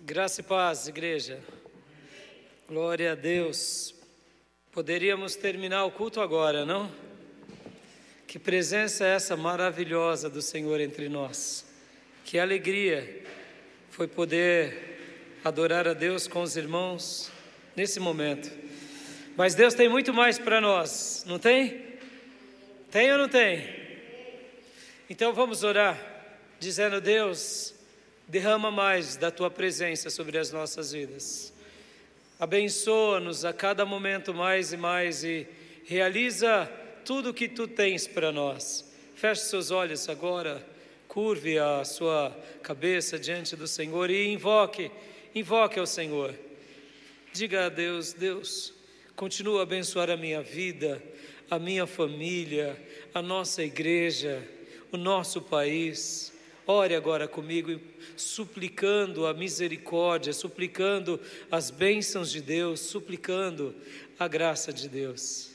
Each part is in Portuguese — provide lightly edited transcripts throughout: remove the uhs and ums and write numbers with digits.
Graça e paz, igreja. Glória a Deus. Poderíamos terminar o culto agora, não? Que presença é essa maravilhosa do Senhor entre nós. Que alegria foi poder adorar a Deus com os irmãos nesse momento. Mas Deus tem muito mais para nós, não tem? Tem ou não tem? Então vamos orar, dizendo: Deus, derrama mais da Tua presença sobre as nossas vidas. Abençoa-nos a cada momento mais e mais e realiza tudo o que Tu tens para nós. Feche seus olhos agora, curve a sua cabeça diante do Senhor e invoque ao Senhor. Diga a Deus: Deus, continua a abençoar a minha vida, a minha família, a nossa igreja, o nosso país. Ore agora comigo, suplicando a misericórdia, suplicando as bênçãos de Deus, suplicando a graça de Deus.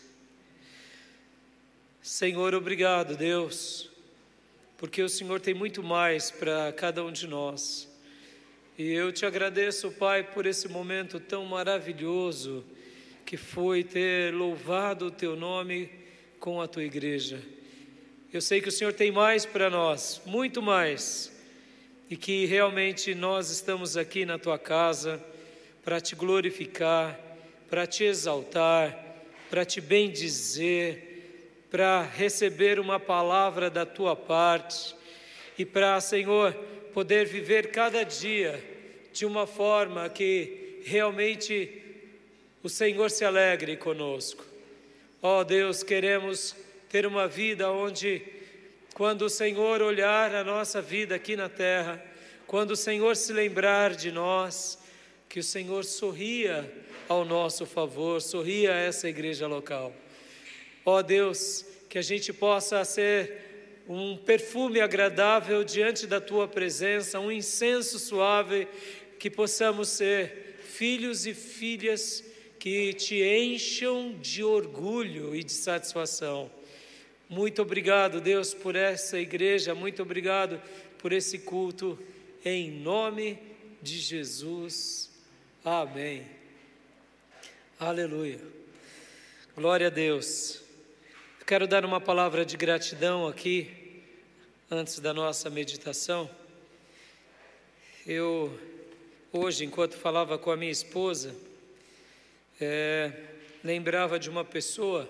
Senhor, obrigado, Deus, porque o Senhor tem muito mais para cada um de nós. E eu te agradeço, Pai, por esse momento tão maravilhoso que foi ter louvado o Teu nome com a Tua igreja. Eu sei que o Senhor tem mais para nós, muito mais, e que realmente nós estamos aqui na Tua casa para Te glorificar, para Te exaltar, para Te bendizer, para receber uma palavra da Tua parte e para, Senhor, poder viver cada dia de uma forma que realmente o Senhor se alegre conosco. Ó Deus, queremos ter uma vida onde, quando o Senhor olhar a nossa vida aqui na terra, quando o Senhor se lembrar de nós, que o Senhor sorria ao nosso favor, sorria a essa igreja local. Ó Deus, que a gente possa ser um perfume agradável diante da Tua presença, um incenso suave, que possamos ser filhos e filhas que Te encham de orgulho e de satisfação. Muito obrigado, Deus, por essa igreja, muito obrigado por esse culto, em nome de Jesus, amém. Aleluia, glória a Deus. Eu quero dar uma palavra de gratidão aqui, antes da nossa meditação. Eu, hoje, enquanto falava com a minha esposa, lembrava de uma pessoa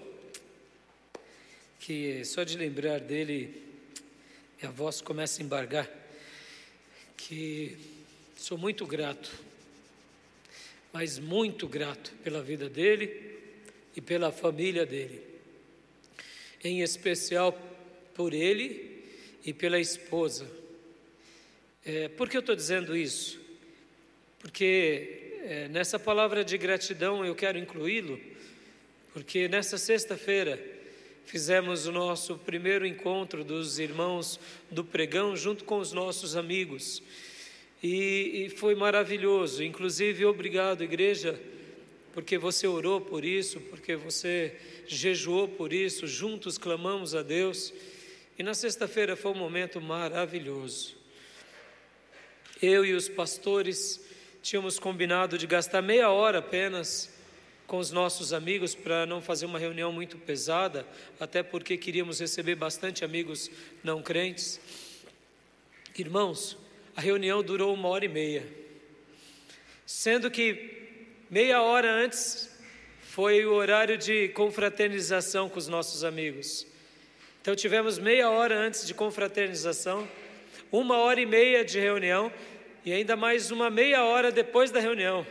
que só de lembrar dele a voz começa a embargar, que sou muito grato, mas muito grato pela vida dele e pela família dele, em especial por ele e pela esposa. Por que eu estou dizendo isso? Porque nessa palavra de gratidão eu quero incluí-lo, porque nessa sexta-feira fizemos o nosso primeiro encontro dos irmãos do pregão junto com os nossos amigos e foi maravilhoso. Inclusive, obrigado, igreja, porque você orou por isso, porque você jejuou por isso, juntos clamamos a Deus e na sexta-feira foi um momento maravilhoso. Eu e os pastores tínhamos combinado de gastar meia hora apenas com os nossos amigos, para não fazer uma reunião muito pesada, até porque queríamos receber bastante amigos não crentes. Irmãos, a reunião durou 1h30, sendo que meia hora antes foi o horário de confraternização com os nossos amigos. Então tivemos meia hora antes de confraternização, 1h30 de reunião e ainda mais uma meia hora depois da reunião.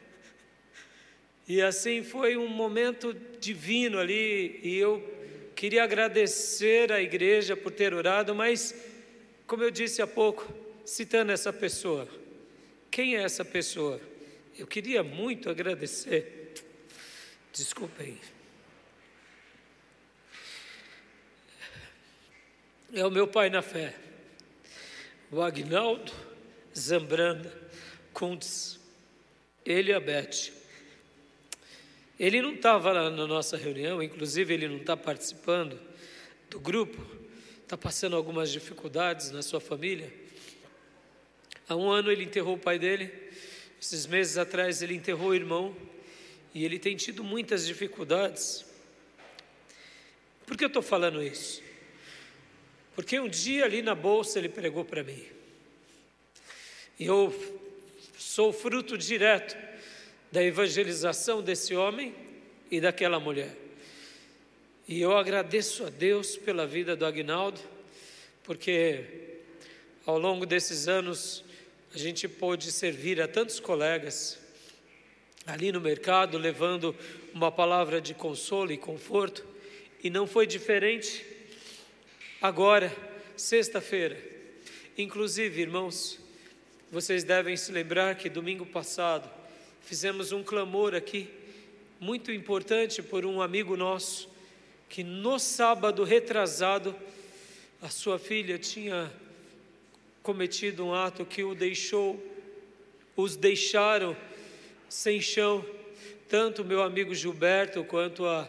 E assim foi um momento divino ali, e eu queria agradecer à igreja por ter orado, mas, como eu disse há pouco, citando essa pessoa, quem é essa pessoa? Eu queria muito agradecer, desculpem, é o meu pai na fé, o Agnaldo Zambranda Kuntz, ele e a Beth. Ele não estava lá na nossa reunião, inclusive ele não está participando do grupo, está passando algumas dificuldades na sua família. Há um ano ele enterrou o pai dele Esses meses atrás ele enterrou o irmão e ele tem tido muitas dificuldades. Por que eu estou falando isso? Porque um dia ali na bolsa ele pregou para mim. E eu sou fruto direto da evangelização desse homem e daquela mulher. E eu agradeço a Deus pela vida do Aguinaldo, porque ao longo desses anos a gente pôde servir a tantos colegas ali no mercado, levando uma palavra de consolo e conforto, e não foi diferente agora, sexta-feira. Inclusive, irmãos, vocês devem se lembrar que domingo passado fizemos um clamor aqui, muito importante, por um amigo nosso, que no sábado retrasado, a sua filha tinha cometido um ato que os deixaram sem chão, tanto o meu amigo Gilberto, quanto a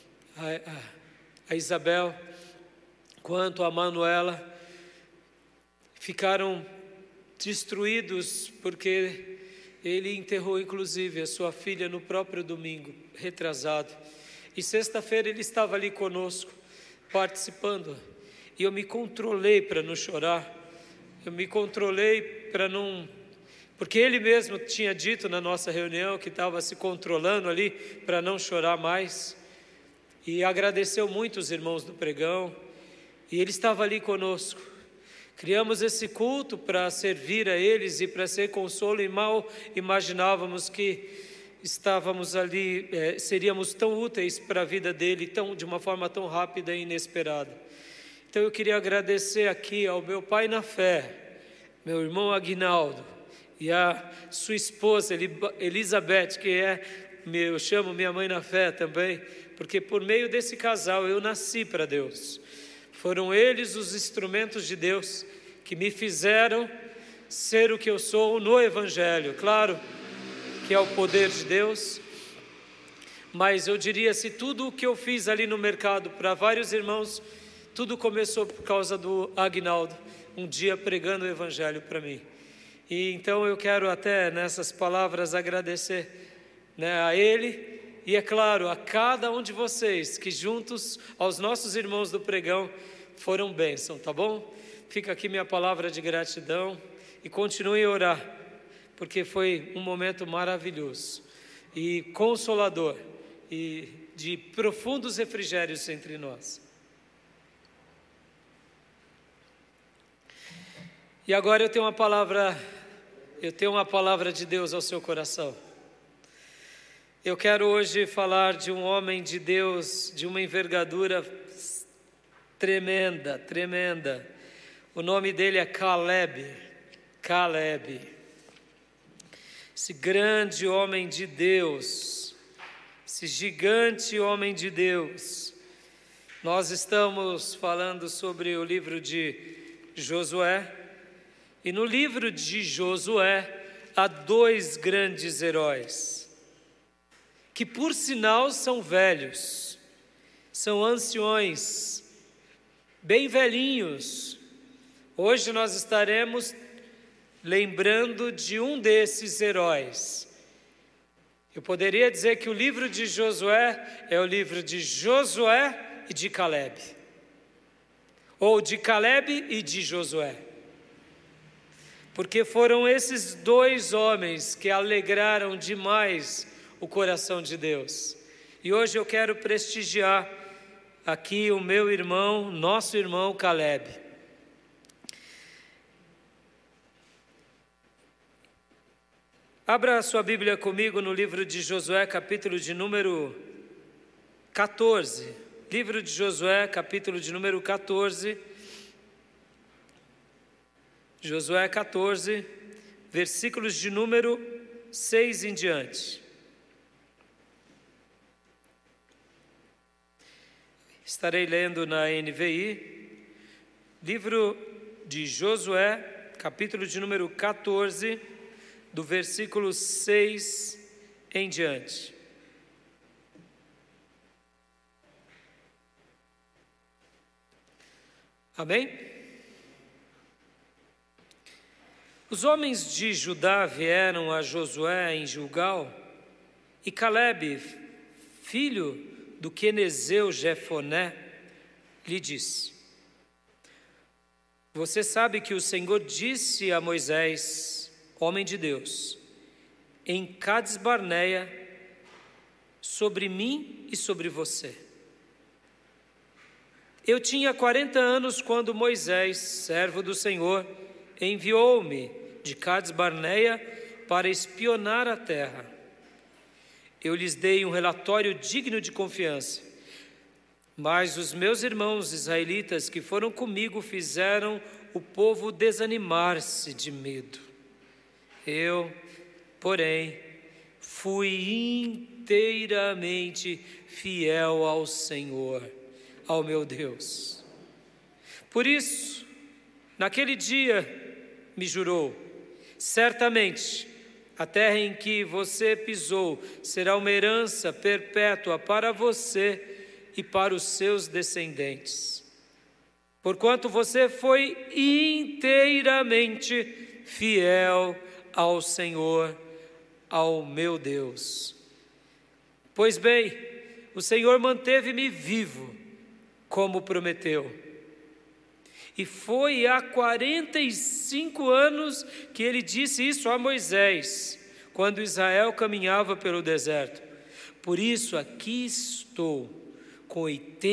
Isabel, quanto a Manuela, ficaram destruídos, porque ele enterrou inclusive a sua filha no próprio domingo, retrasado. E sexta-feira ele estava ali conosco, participando, e eu me controlei para não chorar, eu me controlei para não... Porque ele mesmo tinha dito na nossa reunião que estava se controlando ali para não chorar mais, e agradeceu muito os irmãos do pregão, e ele estava ali conosco. Criamos esse culto para servir a eles e para ser consolo, e mal imaginávamos que estávamos ali, seríamos tão úteis para a vida dele, de uma forma tão rápida e inesperada. Então eu queria agradecer aqui ao meu pai na fé, meu irmão Aguinaldo, e a sua esposa Elizabeth, que eu chamo minha mãe na fé também, porque por meio desse casal eu nasci para Deus. Foram eles os instrumentos de Deus que me fizeram ser o que eu sou no Evangelho. Claro que é o poder de Deus, mas eu diria, se tudo o que eu fiz ali no mercado para vários irmãos, tudo começou por causa do Aguinaldo, um dia pregando o Evangelho para mim. E então eu quero até nessas palavras agradecer, a ele, e é claro, a cada um de vocês que juntos aos nossos irmãos do pregão foram bênção, tá bom? Fica aqui minha palavra de gratidão e continue a orar, porque foi um momento maravilhoso e consolador e de profundos refrigérios entre nós. E agora eu tenho uma palavra de Deus ao seu coração. Eu quero hoje falar de um homem de Deus, de uma envergadura tremenda, tremenda. O nome dele é Caleb. Esse grande homem de Deus, esse gigante homem de Deus. Nós estamos falando sobre o livro de Josué, e no livro de Josué há dois grandes heróis, que por sinal são velhos, são anciões, bem velhinhos. Hoje nós estaremos lembrando de um desses heróis. Eu poderia dizer que o livro de Josué é o livro de Josué e de Caleb, ou de Caleb e de Josué, porque foram esses dois homens que alegraram demais o coração de Deus. E hoje eu quero prestigiar aqui o meu irmão, nosso irmão Caleb. Abra a sua Bíblia comigo no livro de Josué, capítulo de número 14. Livro de Josué, capítulo de número 14. Josué 14, versículos de número 6 em diante. Estarei lendo na NVI, livro de Josué, capítulo de número 14, do versículo 6 em diante. Amém? Os homens de Judá vieram a Josué em Gilgal, e Calebe, filho do quenezeu Jefoné, lhe disse: Você sabe que o Senhor disse a Moisés, homem de Deus, em Cades Barneia, sobre mim e sobre você. Eu tinha 40 anos quando Moisés, servo do Senhor, enviou-me de Cades Barneia para espionar a terra. Eu lhes dei um relatório digno de confiança, mas os meus irmãos israelitas que foram comigo fizeram o povo desanimar-se de medo. Eu, porém, fui inteiramente fiel ao Senhor, ao meu Deus. Por isso, naquele dia, me jurou: certamente a terra em que você pisou será uma herança perpétua para você e para os seus descendentes, porquanto você foi inteiramente fiel ao Senhor, ao meu Deus. Pois bem, o Senhor manteve-me vivo, como prometeu. E foi há 45 anos que ele disse isso a Moisés, quando Israel caminhava pelo deserto. Por isso aqui estou, com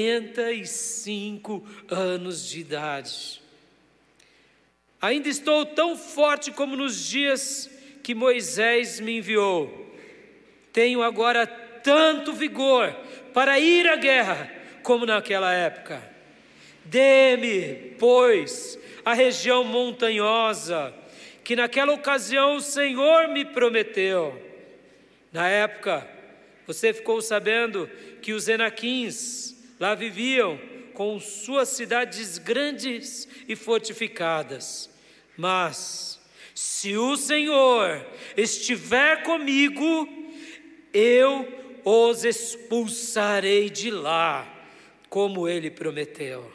85 anos de idade. Ainda estou tão forte como nos dias que Moisés me enviou. Tenho agora tanto vigor para ir à guerra como naquela época. Dê-me, pois, a região montanhosa, que naquela ocasião o Senhor me prometeu. Na época, você ficou sabendo que os Enaquins lá viviam com suas cidades grandes e fortificadas. Mas, se o Senhor estiver comigo, eu os expulsarei de lá, como ele prometeu.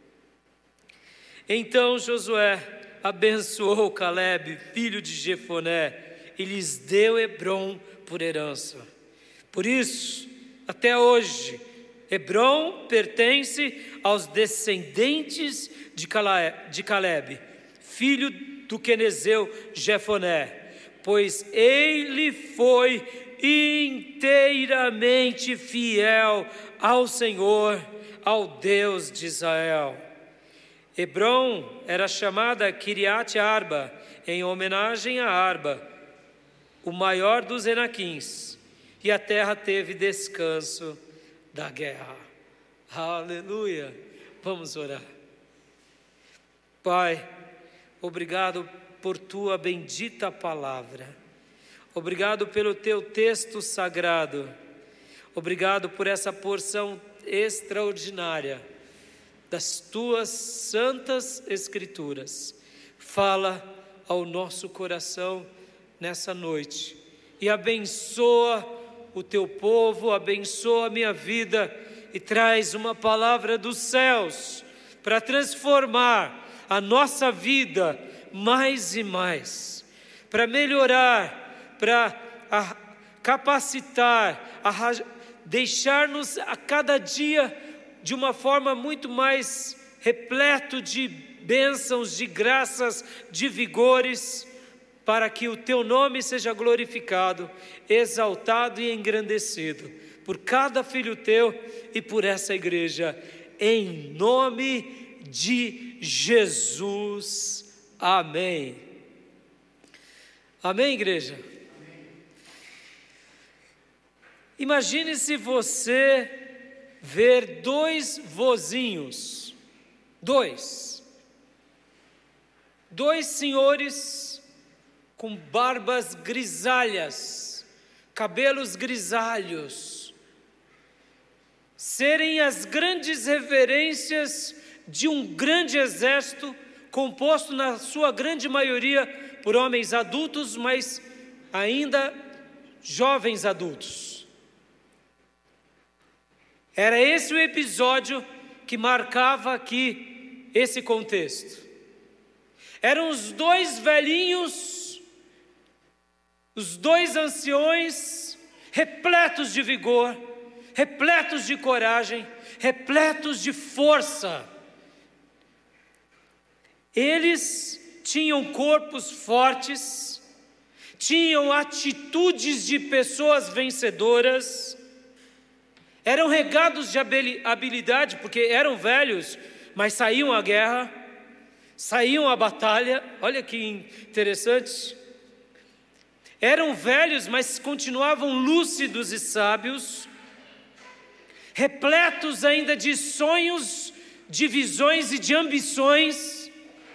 Então Josué abençoou Calebe, filho de Jefoné, e lhes deu Hebrom por herança. Por isso, até hoje, Hebrom pertence aos descendentes de Calebe, filho do quenezeu Jefoné, pois ele foi inteiramente fiel ao Senhor, ao Deus de Israel. Hebrom era chamada Kiriat Arba, em homenagem a Arba, o maior dos Enaquins, e a terra teve descanso da guerra. Aleluia! Vamos orar. Pai, obrigado por tua bendita palavra. Obrigado pelo teu texto sagrado. Obrigado por essa porção extraordinária das tuas santas escrituras. Fala ao nosso coração nessa noite e abençoa o teu povo, abençoa a minha vida e traz uma palavra dos céus para transformar a nossa vida mais e mais, para melhorar, para capacitar, deixar-nos a cada dia de uma forma muito mais repleto de bênçãos, de graças, de vigores, para que o teu nome seja glorificado, exaltado e engrandecido por cada filho teu e por essa igreja, em nome de Jesus. Amém. Amém, igreja? Imagine se você ver dois vozinhos, dois senhores com barbas grisalhas, cabelos grisalhos, serem as grandes reverências de um grande exército composto na sua grande maioria por homens adultos, mas ainda jovens adultos. Era esse o episódio que marcava aqui esse contexto. Eram os dois velhinhos, os dois anciões, repletos de vigor, repletos de coragem, repletos de força. Eles tinham corpos fortes, tinham atitudes de pessoas vencedoras, eram regados de habilidade, porque eram velhos, mas saíam à guerra, saíam à batalha. Olha que interessante. Eram velhos, mas continuavam lúcidos e sábios, repletos ainda de sonhos, de visões e de ambições,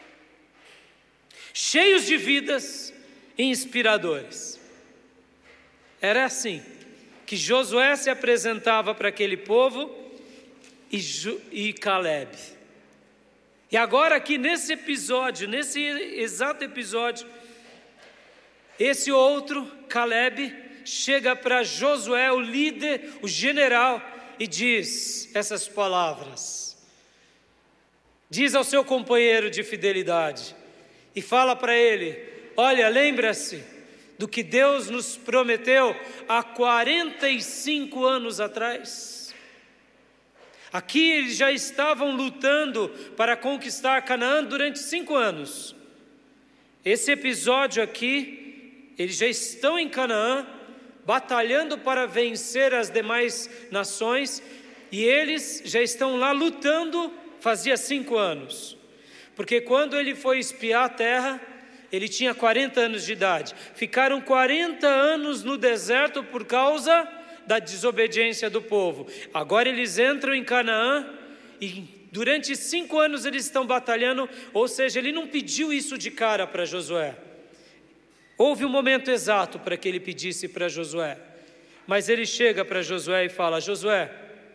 cheios de vidas e inspiradores. Era assim que Josué se apresentava para aquele povo e Caleb. E agora aqui nesse episódio, nesse exato episódio, esse outro, Caleb, chega para Josué, o líder, o general, e diz essas palavras. Diz ao seu companheiro de fidelidade e fala para ele: olha, lembra-se do que Deus nos prometeu há 45 anos atrás. Aqui eles já estavam lutando para conquistar Canaã durante 5 anos. Esse episódio aqui, eles já estão em Canaã, batalhando para vencer as demais nações, e eles já estão lá lutando fazia 5 anos. Porque quando ele foi espiar a terra, ele tinha 40 anos de idade. Ficaram 40 anos no deserto por causa da desobediência do povo. Agora eles entram em Canaã e durante 5 anos eles estão batalhando, ou seja, ele não pediu isso de cara para Josué. Houve um momento exato para que ele pedisse para Josué, mas ele chega para Josué e fala: Josué,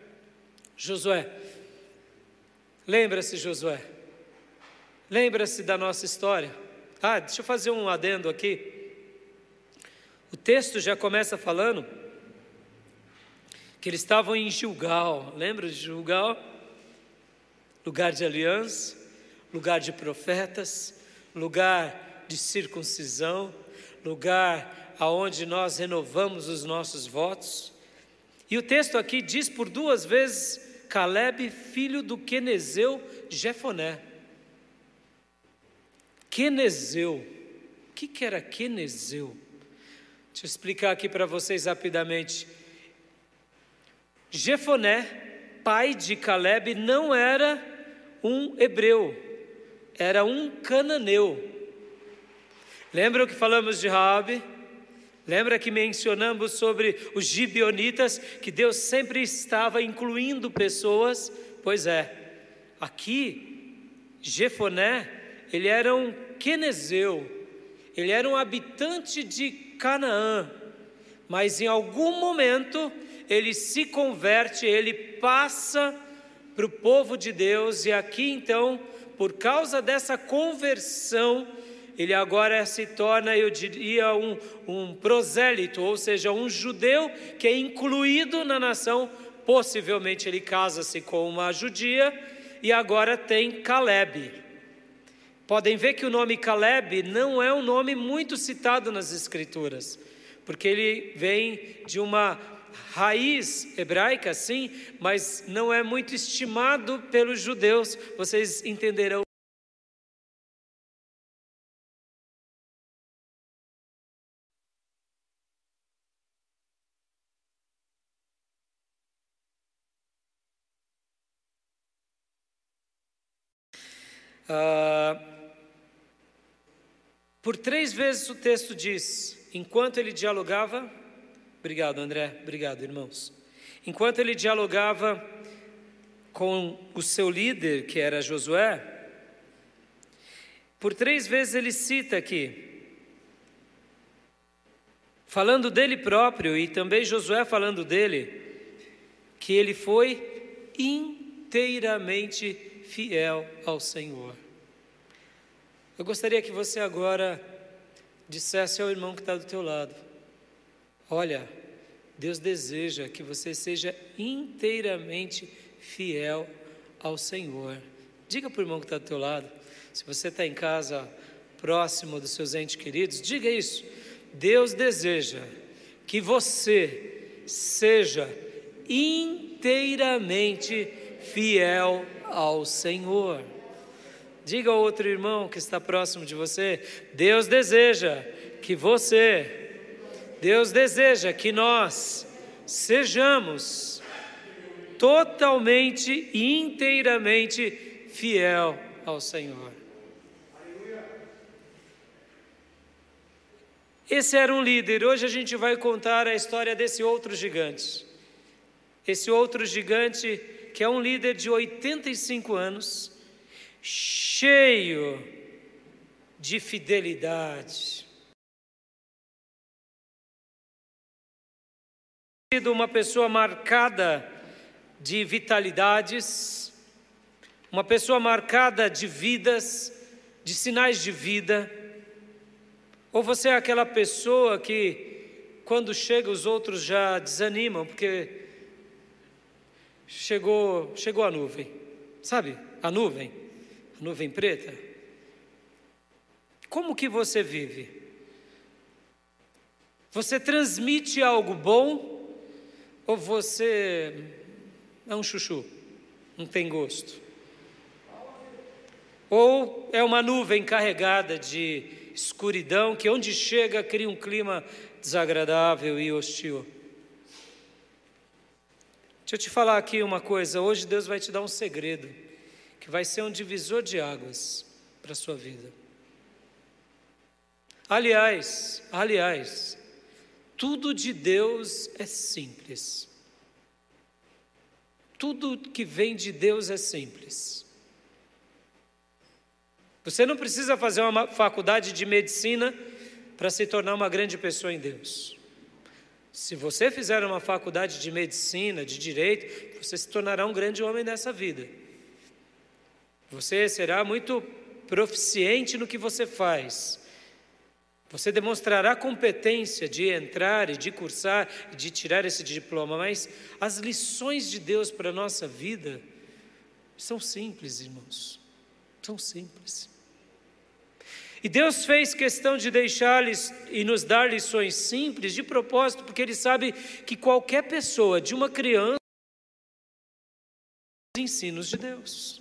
lembra-se, Josué, lembra-se da nossa história. Deixa eu fazer um adendo aqui. O texto já começa falando que eles estavam em Gilgal. Lembra de Gilgal? Lugar de aliança, lugar de profetas, lugar de circuncisão, lugar aonde nós renovamos os nossos votos. E o texto aqui diz por 2 vezes Caleb, filho do quenezeu Jefoné. Quenezeu. O que era quenezeu? Deixa eu explicar aqui para vocês rapidamente. Jefoné, pai de Caleb, não era um hebreu, era um cananeu. Lembra que falamos de Raabe? Lembra que mencionamos sobre os gibeonitas, que Deus sempre estava incluindo pessoas? Pois é, aqui, Jefoné, ele era um quenezeu, ele era um habitante de Canaã, mas em algum momento ele se converte, ele passa para o povo de Deus, e aqui então, por causa dessa conversão, ele agora se torna, eu diria, um prosélito, ou seja, um judeu que é incluído na nação. Possivelmente ele casa-se com uma judia, e agora tem Caleb. Podem ver que o nome Caleb não é um nome muito citado nas Escrituras, porque ele vem de uma raiz hebraica, sim, mas não é muito estimado pelos judeus. Vocês entenderão. Por 3 vezes o texto diz, enquanto ele dialogava, obrigado André, obrigado irmãos, enquanto ele dialogava com o seu líder, que era Josué, por 3 vezes ele cita aqui, falando dele próprio e também Josué falando dele, que ele foi inteiramente fiel ao Senhor. Eu gostaria que você agora dissesse ao irmão que está do teu lado: olha, Deus deseja que você seja inteiramente fiel ao Senhor. Diga para o irmão que está do teu lado: Se você está em casa, próximo dos seus entes queridos, diga isso. Deus deseja que você seja inteiramente fiel ao Senhor. Diga ao outro irmão que está próximo de você: Deus deseja que Deus deseja que nós sejamos totalmente e inteiramente fiel ao Senhor. Esse era um líder. Hoje a gente vai contar a história desse outro gigante. Esse outro gigante que é um líder de 85 anos, cheio de fidelidade. Uma pessoa marcada de vitalidades, uma pessoa marcada de vidas, de sinais de vida. Ou você é aquela pessoa que, quando chega, os outros já desanimam, porque chegou a nuvem, sabe? A nuvem preta. Como que você vive? Você transmite algo bom ou você é um chuchu, não tem gosto? Ou é uma nuvem carregada de escuridão que onde chega cria um clima desagradável e hostil? Deixa eu te falar aqui uma coisa. Hoje Deus vai te dar um segredo que vai ser um divisor de águas para a sua vida. Aliás, tudo de Deus é simples. Tudo que vem de Deus é simples. Você não precisa fazer uma faculdade de medicina para se tornar uma grande pessoa em Deus. Se você fizer uma faculdade de medicina, de direito, você se tornará um grande homem nessa vida. Você será muito proficiente no que você faz. Você demonstrará competência de entrar e de cursar e de tirar esse diploma, mas as lições de Deus para a nossa vida são simples, irmãos. São simples. E Deus fez questão de deixar-lhes e nos dar lições simples de propósito, porque Ele sabe que qualquer pessoa, de uma criança, os ensinos de Deus.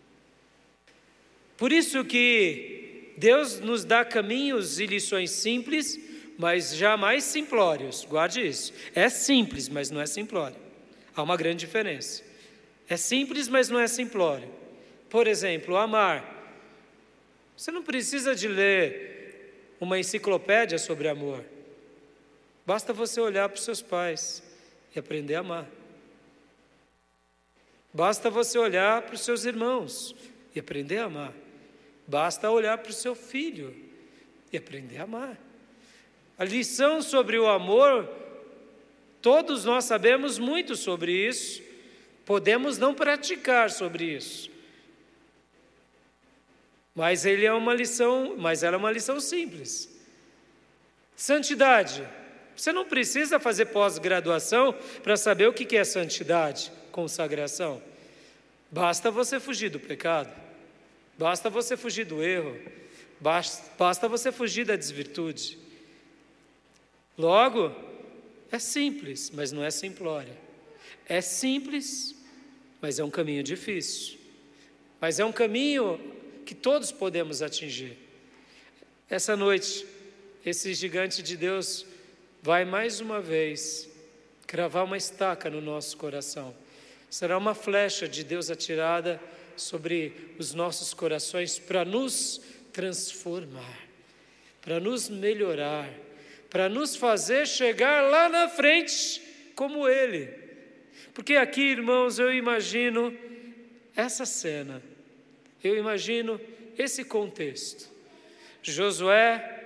Por isso que Deus nos dá caminhos e lições simples, mas jamais simplórios. Guarde isso. É simples, mas não é simplório. Há uma grande diferença. É simples, mas não é simplório. Por exemplo, amar. Você não precisa de ler uma enciclopédia sobre amor. Basta você olhar para os seus pais e aprender a amar. Basta você olhar para os seus irmãos e aprender a amar. Basta olhar para o seu filho e aprender a amar. A lição sobre o amor, todos nós sabemos muito sobre isso, podemos não praticar sobre isso. Mas ela é uma lição simples. Santidade. Você não precisa fazer pós-graduação para saber o que é santidade, consagração. Basta você fugir do pecado. Basta você fugir do erro. Basta você fugir da desvirtude. Logo, é simples, mas não é simplória. É simples, mas é um caminho difícil. Mas é um caminho que todos podemos atingir. Essa noite, esse gigante de Deus vai mais uma vez cravar uma estaca no nosso coração. Será uma flecha de Deus atirada sobre os nossos corações para nos transformar, para nos melhorar, para nos fazer chegar lá na frente como Ele. Porque aqui, irmãos, eu imagino essa cena, eu imagino esse contexto. Josué,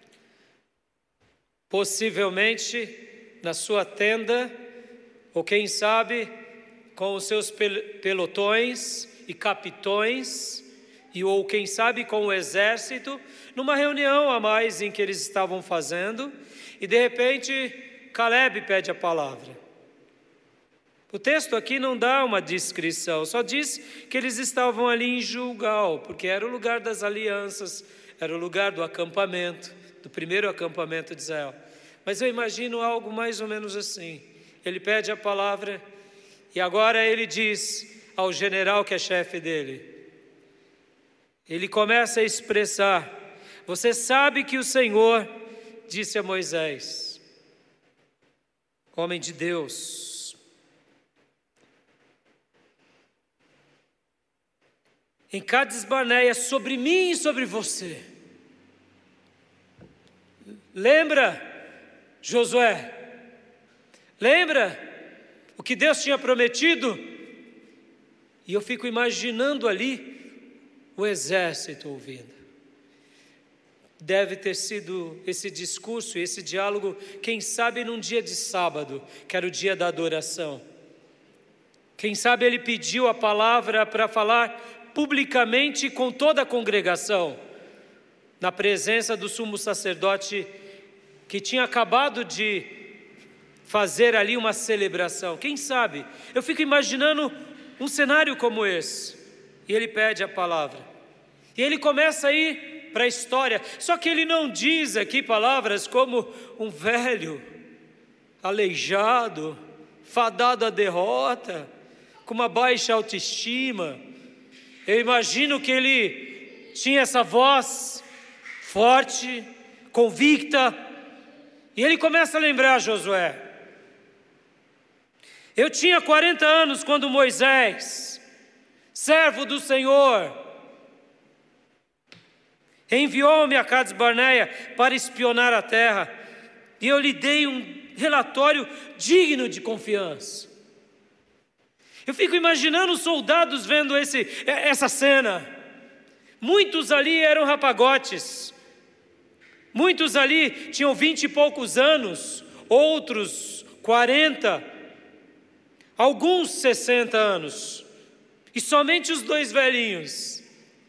possivelmente na sua tenda, ou quem sabe, com os seus pelotões e capitões, ou quem sabe com o exército, numa reunião a mais em que eles estavam fazendo, e de repente Caleb pede a palavra. O texto aqui não dá uma descrição, só diz que eles estavam ali em Gilgal, porque era o lugar das alianças, era o lugar do acampamento, do primeiro acampamento de Israel. Mas eu imagino algo mais ou menos assim. Ele pede a palavra e agora ele diz ao general que é chefe dele. Ele começa a expressar: você sabe que o Senhor disse a Moisés, homem de Deus, em Cades Barneia, sobre mim e sobre você. Lembra, Josué? Lembra o que Deus tinha prometido? E eu fico imaginando ali o exército ouvindo. Deve ter sido esse discurso, esse diálogo, quem sabe num dia de sábado, que era o dia da adoração. Quem sabe ele pediu a palavra para falar publicamente com toda a congregação, na presença do sumo sacerdote que tinha acabado de fazer ali uma celebração. Quem sabe? Eu fico imaginando um cenário como esse. E ele pede a palavra. E ele começa a ir para a história. Só que ele não diz aqui palavras como um velho, aleijado, fadado à derrota, com uma baixa autoestima. Eu imagino que ele tinha essa voz forte, convicta, e ele começa a lembrar Josué. Eu tinha 40 anos quando Moisés, servo do Senhor, enviou-me a Cades Barneia para espionar a terra, e eu lhe dei um relatório digno de confiança. Eu fico imaginando os soldados vendo essa cena. Muitos ali eram rapagotes, muitos ali tinham 20 e poucos anos, outros 40, alguns 60 anos, e somente os dois velhinhos.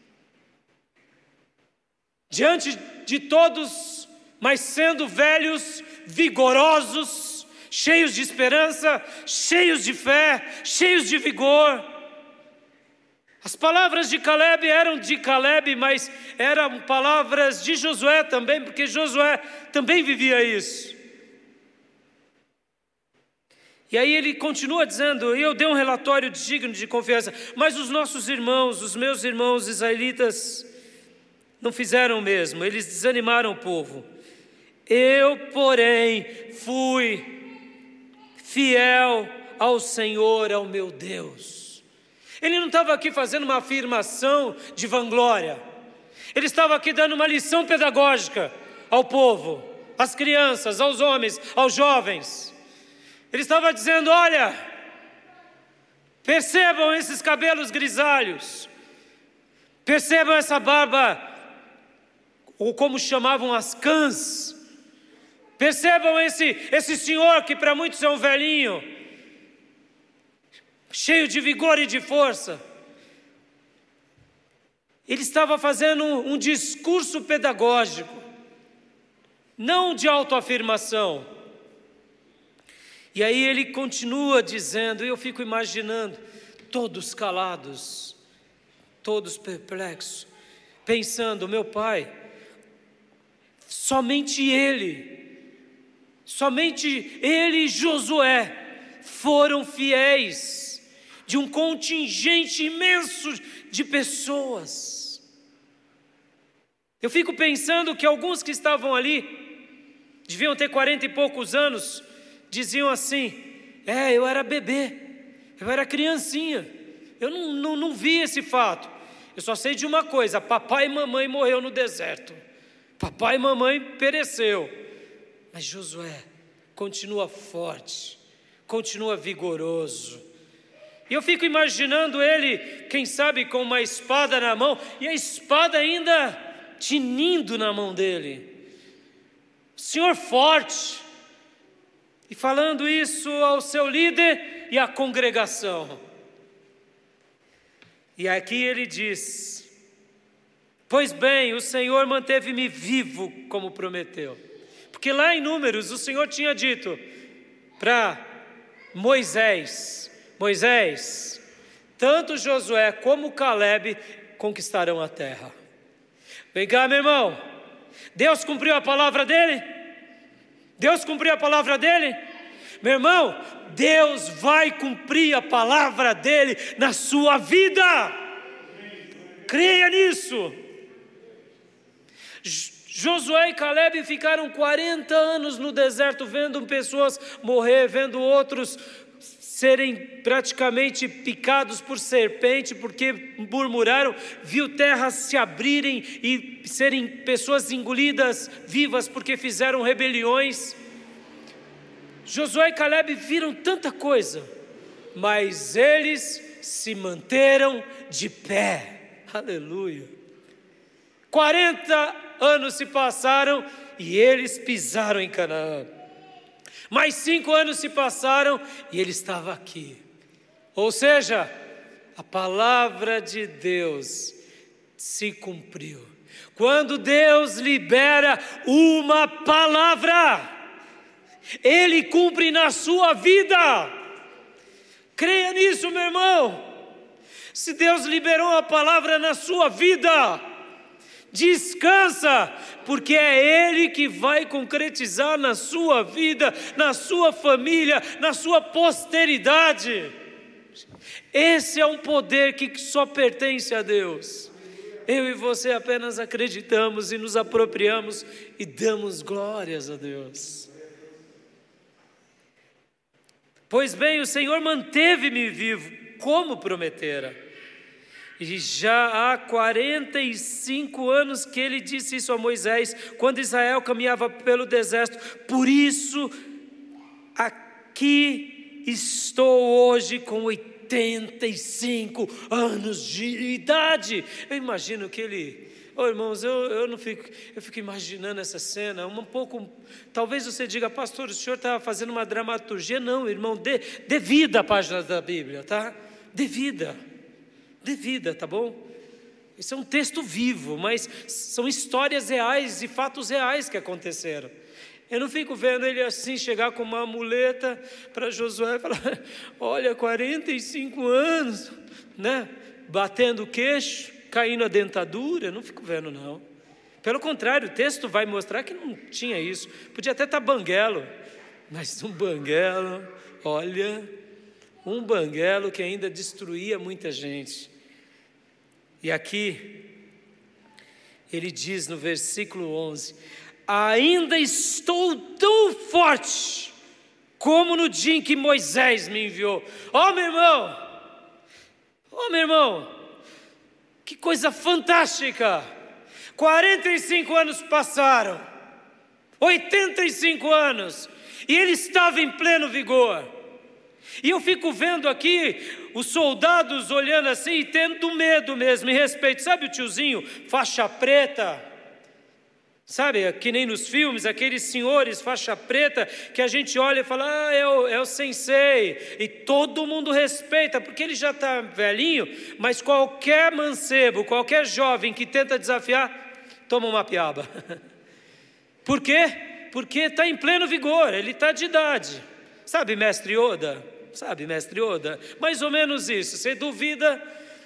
Diante de todos, mas sendo velhos, vigorosos, cheios de esperança, cheios de fé, cheios de vigor. As palavras de Caleb eram de Caleb, mas eram palavras de Josué também, porque Josué também vivia isso. E aí ele continua dizendo, eu dei um relatório digno de confiança, mas os nossos irmãos, os meus irmãos israelitas, não fizeram o mesmo, eles desanimaram o povo. Eu, porém, fui fiel ao Senhor, ao meu Deus. Ele não estava aqui fazendo uma afirmação de vanglória, ele estava aqui dando uma lição pedagógica ao povo, às crianças, aos homens, aos jovens. Ele estava dizendo, olha, percebam esses cabelos grisalhos, percebam essa barba, ou como chamavam as cãs, percebam esse senhor que para muitos é um velhinho, cheio de vigor e de força. Ele estava fazendo um discurso pedagógico, não de autoafirmação. E aí ele continua dizendo, e eu fico imaginando, todos calados, todos perplexos, pensando, meu pai, somente ele e Josué foram fiéis de um contingente imenso de pessoas. Eu fico pensando que alguns que estavam ali, deviam ter 40 e poucos anos, diziam assim, eu era bebê, eu era criancinha, eu não vi esse fato, eu só sei de uma coisa, papai e mamãe morreu no deserto, papai e mamãe pereceu, mas Josué continua forte, continua vigoroso, e eu fico imaginando ele, quem sabe com uma espada na mão, e a espada ainda tinindo na mão dele, Senhor forte, e falando isso ao seu líder e à congregação. E aqui ele diz, pois bem, o Senhor manteve-me vivo como prometeu. Porque lá em Números o Senhor tinha dito para Moisés, Moisés, tanto Josué como Caleb conquistarão a terra. Vem cá, meu irmão. Deus cumpriu a palavra dele? Deus cumpriu a palavra dele? Meu irmão, Deus vai cumprir a palavra dele na sua vida. Creia nisso. Josué e Caleb ficaram 40 anos no deserto, vendo pessoas morrer, vendo outros serem praticamente picados por serpente, porque murmuraram, viu terras se abrirem e serem pessoas engolidas vivas, porque fizeram rebeliões. Josué e Caleb viram tanta coisa, mas eles se manteram de pé. Aleluia. 40 anos se passaram e eles pisaram em Canaã. Mais 5 anos se passaram e ele estava aqui. Ou seja, a palavra de Deus se cumpriu. Quando Deus libera uma palavra, Ele cumpre na sua vida. Creia nisso, meu irmão. Se Deus liberou a palavra na sua vida, descansa, porque é Ele que vai concretizar na sua vida, na sua família, na sua posteridade. Esse é um poder que só pertence a Deus. Eu e você apenas acreditamos e nos apropriamos e damos glórias a Deus. Pois bem, o Senhor manteve-me vivo, como prometera. E já há 45 anos que ele disse isso a Moisés, quando Israel caminhava pelo deserto. Por isso, aqui estou hoje com 85 anos de idade. Eu imagino que ele... irmãos, eu fico imaginando essa cena, um pouco... Talvez você diga, pastor, o senhor está fazendo uma dramaturgia. Não, irmão, dê vida à página da Bíblia, tá? Dê vida, tá bom? Isso é um texto vivo, mas são histórias reais e fatos reais que aconteceram. Eu não fico vendo ele assim chegar com uma muleta para Josué e falar, olha, 45 anos, né? Batendo o queixo, caindo a dentadura. Eu não fico vendo, não. Pelo contrário, o texto vai mostrar que não tinha isso. Podia até estar banguelo, mas um banguelo, olha, um banguelo que ainda destruía muita gente. E aqui, ele diz no versículo 11, ainda estou tão forte como no dia em que Moisés me enviou. Meu irmão, que coisa fantástica. 45 anos passaram, 85 anos, e ele estava em pleno vigor. E eu fico vendo aqui os soldados olhando assim e tendo medo mesmo, e respeito. Sabe o tiozinho, faixa preta? Sabe, que nem nos filmes, aqueles senhores faixa preta, que a gente olha e fala, é o sensei, e todo mundo respeita, porque ele já está velhinho, mas qualquer mancebo, qualquer jovem que tenta desafiar, toma uma piaba. Por quê? Porque está em pleno vigor, ele está de idade. Sabe mestre Yoda? Mais ou menos isso. Você duvida,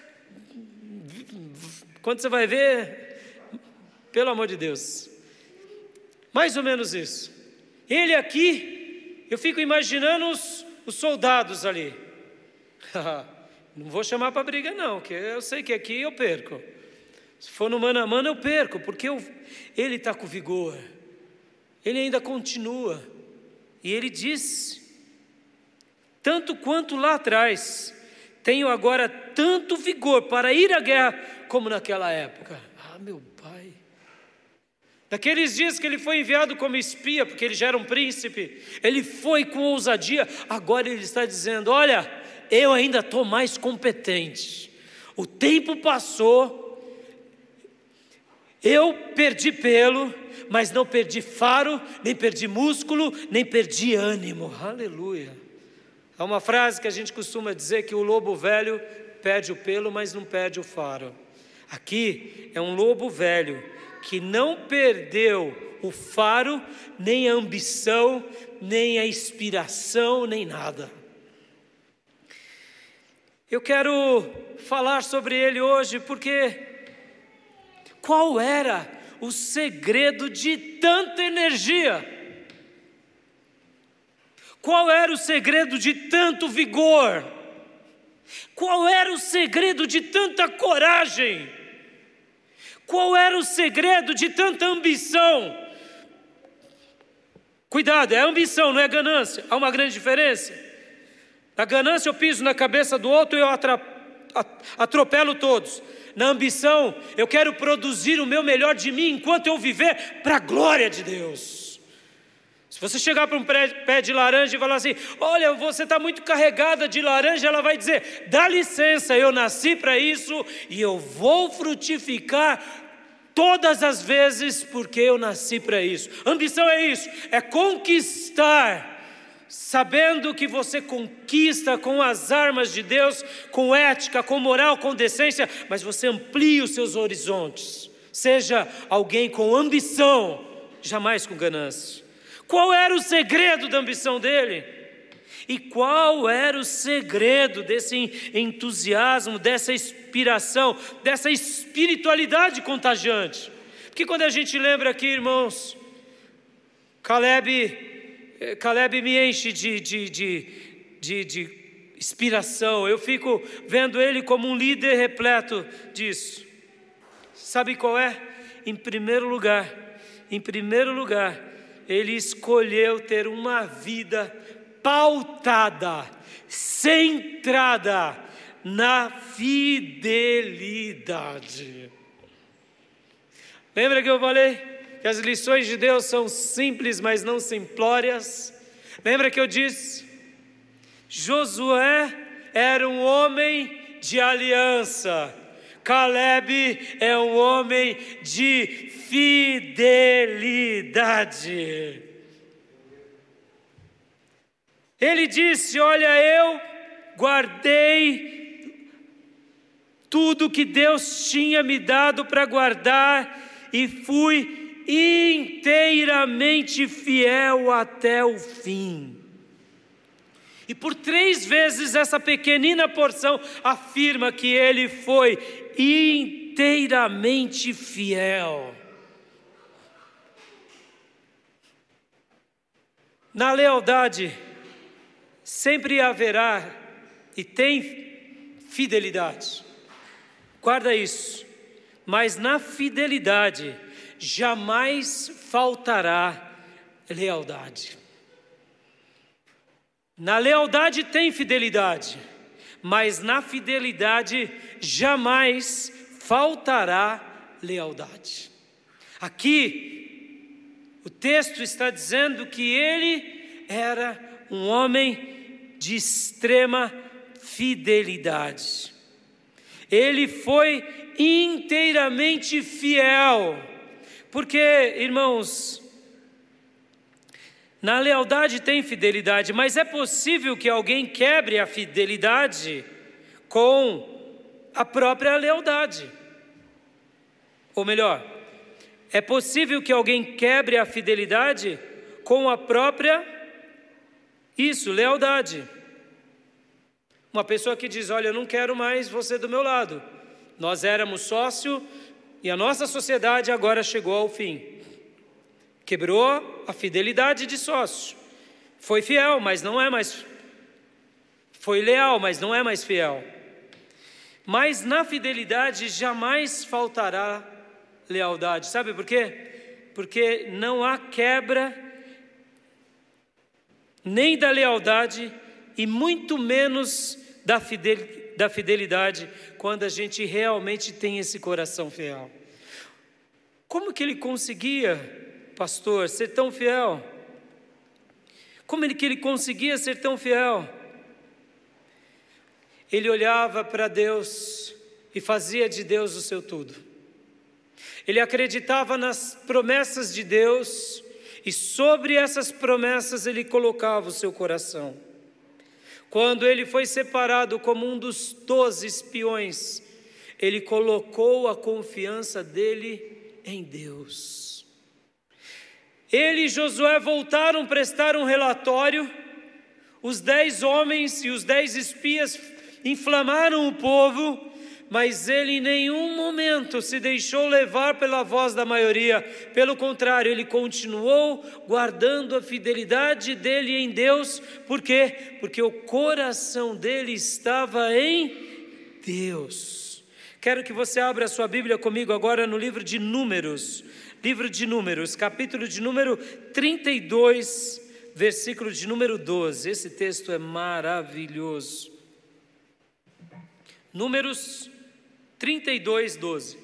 quando você vai ver, pelo amor de Deus, mais ou menos isso. Ele aqui, eu fico imaginando os soldados ali. Não vou chamar para briga não, porque eu sei que aqui eu perco. Se for no mano a mano eu perco, porque ele está com vigor, ele ainda continua. E ele diz, tanto quanto lá atrás, tenho agora tanto vigor para ir à guerra como naquela época. Meu pai. Naqueles dias que ele foi enviado como espia, porque ele já era um príncipe, ele foi com ousadia. Agora ele está dizendo, olha, eu ainda estou mais competente. O tempo passou, eu perdi pelo, mas não perdi faro, nem perdi músculo, nem perdi ânimo. Aleluia. Há uma frase que a gente costuma dizer que o lobo velho perde o pelo, mas não perde o faro. Aqui é um lobo velho que não perdeu o faro, nem a ambição, nem a inspiração, nem nada. Eu quero falar sobre ele hoje, porque qual era o segredo de tanta energia? Qual era o segredo de tanto vigor? Qual era o segredo de tanta coragem? Qual era o segredo de tanta ambição? Cuidado, é ambição, não é ganância. Há uma grande diferença. Na ganância eu piso na cabeça do outro e eu atropelo todos. Na ambição, eu quero produzir o meu melhor de mim enquanto eu viver para a glória de Deus. Se você chegar para um pé de laranja e falar assim: olha, você está muito carregada de laranja, ela vai dizer: dá licença, eu nasci para isso e eu vou frutificar todas as vezes porque eu nasci para isso. Ambição é isso, é conquistar, sabendo que você conquista com as armas de Deus, com ética, com moral, com decência, mas você amplia os seus horizontes. Seja alguém com ambição, jamais com ganância. Qual era o segredo da ambição dele? E qual era o segredo desse entusiasmo, dessa inspiração, dessa espiritualidade contagiante? Porque quando a gente lembra aqui, irmãos, Caleb me enche de inspiração. Eu fico vendo ele como um líder repleto disso. Sabe qual é? Em primeiro lugar, ele escolheu ter uma vida pautada, centrada na fidelidade. Lembra que eu falei que as lições de Deus são simples, mas não simplórias? Lembra que eu disse? Josué era um homem de aliança. Caleb é um homem de fidelidade. Ele disse: olha, eu guardei tudo que Deus tinha me dado para guardar e fui inteiramente fiel até o fim. E por 3 vezes essa pequenina porção afirma que ele foi inteiramente fiel. Na lealdade sempre haverá e tem fidelidade. Guarda isso. Mas na fidelidade jamais faltará lealdade. Na lealdade tem fidelidade, mas na fidelidade jamais faltará lealdade. Aqui, o texto está dizendo que ele era um homem de extrema fidelidade. Ele foi inteiramente fiel, porque, irmãos, na lealdade tem fidelidade, mas é possível que alguém quebre a fidelidade com a própria lealdade. Ou melhor, é possível que alguém quebre a fidelidade com a própria, lealdade. Uma pessoa que diz: olha, eu não quero mais você do meu lado. Nós éramos sócio e a nossa sociedade agora chegou ao fim. Quebrou a fidelidade de sócio. Foi fiel, mas não é mais. Foi leal, mas não é mais fiel. Mas na fidelidade jamais faltará lealdade. Sabe por quê? Porque não há quebra nem da lealdade e muito menos da fidelidade quando a gente realmente tem esse coração fiel. Como que ele conseguia, pastor, ser tão fiel? Como que ele conseguia ser tão fiel? Ele olhava para Deus e fazia de Deus o seu tudo. Ele acreditava nas promessas de Deus e sobre essas promessas ele colocava o seu coração. Quando ele foi separado como um dos 12 espiões, ele colocou a confiança dele em Deus. Ele e Josué voltaram a prestar um relatório. Os 10 homens e os 10 espias inflamaram o povo, mas ele em nenhum momento se deixou levar pela voz da maioria. Pelo contrário, ele continuou guardando a fidelidade dele em Deus. Por quê? Porque o coração dele estava em Deus. Quero que você abra a sua Bíblia comigo agora no livro de Números, capítulo de número 32, versículo de número 12. Esse texto é maravilhoso. Números 32, 12.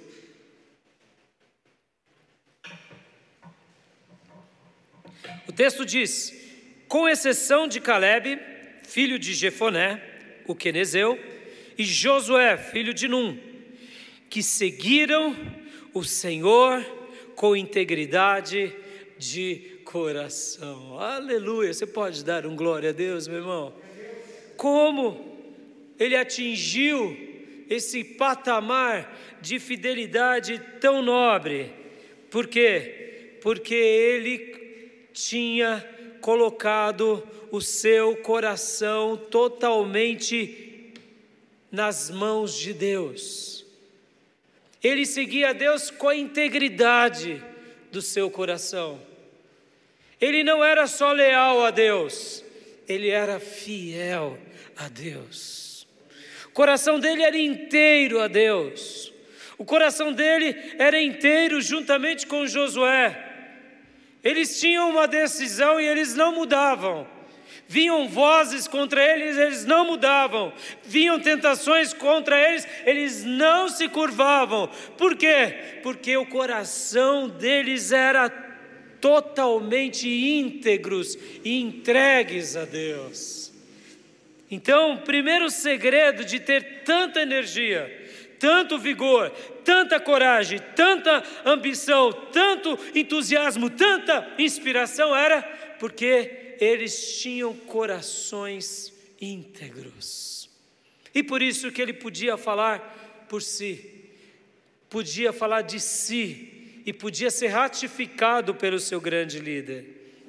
O texto diz: com exceção de Calebe, filho de Jefoné, o quenezeu, e Josué, filho de Num, que seguiram o Senhor com integridade de coração. Aleluia! Você pode dar um glória a Deus, meu irmão? Como ele atingiu esse patamar de fidelidade tão nobre? Por quê? Porque ele tinha colocado o seu coração totalmente nas mãos de Deus. Ele seguia a Deus com a integridade do seu coração. Ele não era só leal a Deus, ele era fiel a Deus. O coração dele era inteiro a Deus. O coração dele era inteiro juntamente com Josué. Eles tinham uma decisão e eles não mudavam. Vinham vozes contra eles, eles não mudavam. Vinham tentações contra eles, eles não se curvavam. Por quê? Porque o coração deles era totalmente íntegros e entregues a Deus. Então, o primeiro segredo de ter tanta energia, tanto vigor, tanta coragem, tanta ambição, tanto entusiasmo, tanta inspiração era porque eles tinham corações íntegros. E por isso que ele podia falar por si, podia falar de si e podia ser ratificado pelo seu grande líder.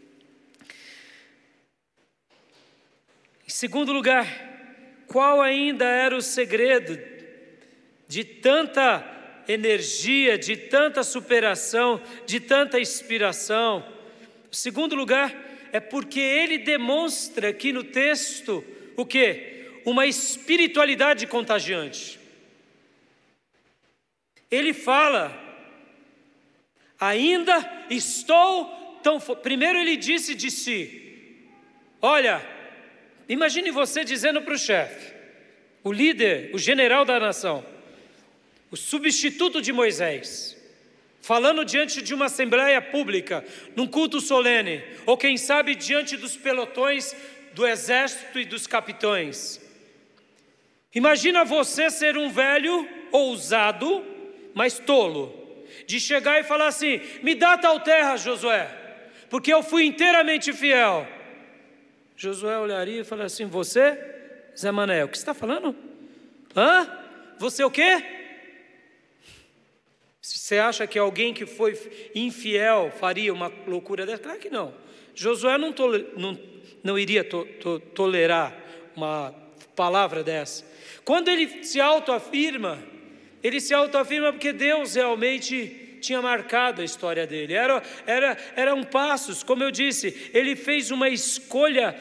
Em segundo lugar, qual ainda era o segredo de tanta energia, de tanta superação, de tanta inspiração? O segundo lugar é porque ele demonstra aqui no texto o quê? Uma espiritualidade contagiante. Ele fala, ainda estou tão... Primeiro ele disse de si, olha, imagine você dizendo para o chefe, o líder, o general da nação, o substituto de Moisés, falando diante de uma assembleia pública, num culto solene, ou quem sabe diante dos pelotões do exército e dos capitães. Imagina você ser um velho ousado, mas tolo, de chegar e falar assim, me dá tal terra, Josué, porque eu fui inteiramente fiel. Josué olharia e falaria assim, você, Zé Mané, o que você está falando? Hã? Você o quê? Você acha que alguém que foi infiel faria uma loucura dessa? Claro que não. Josué não iria tolerar uma palavra dessa. Quando ele se autoafirma porque Deus realmente tinha marcado a história dele. Eram passos, como eu disse, ele fez uma escolha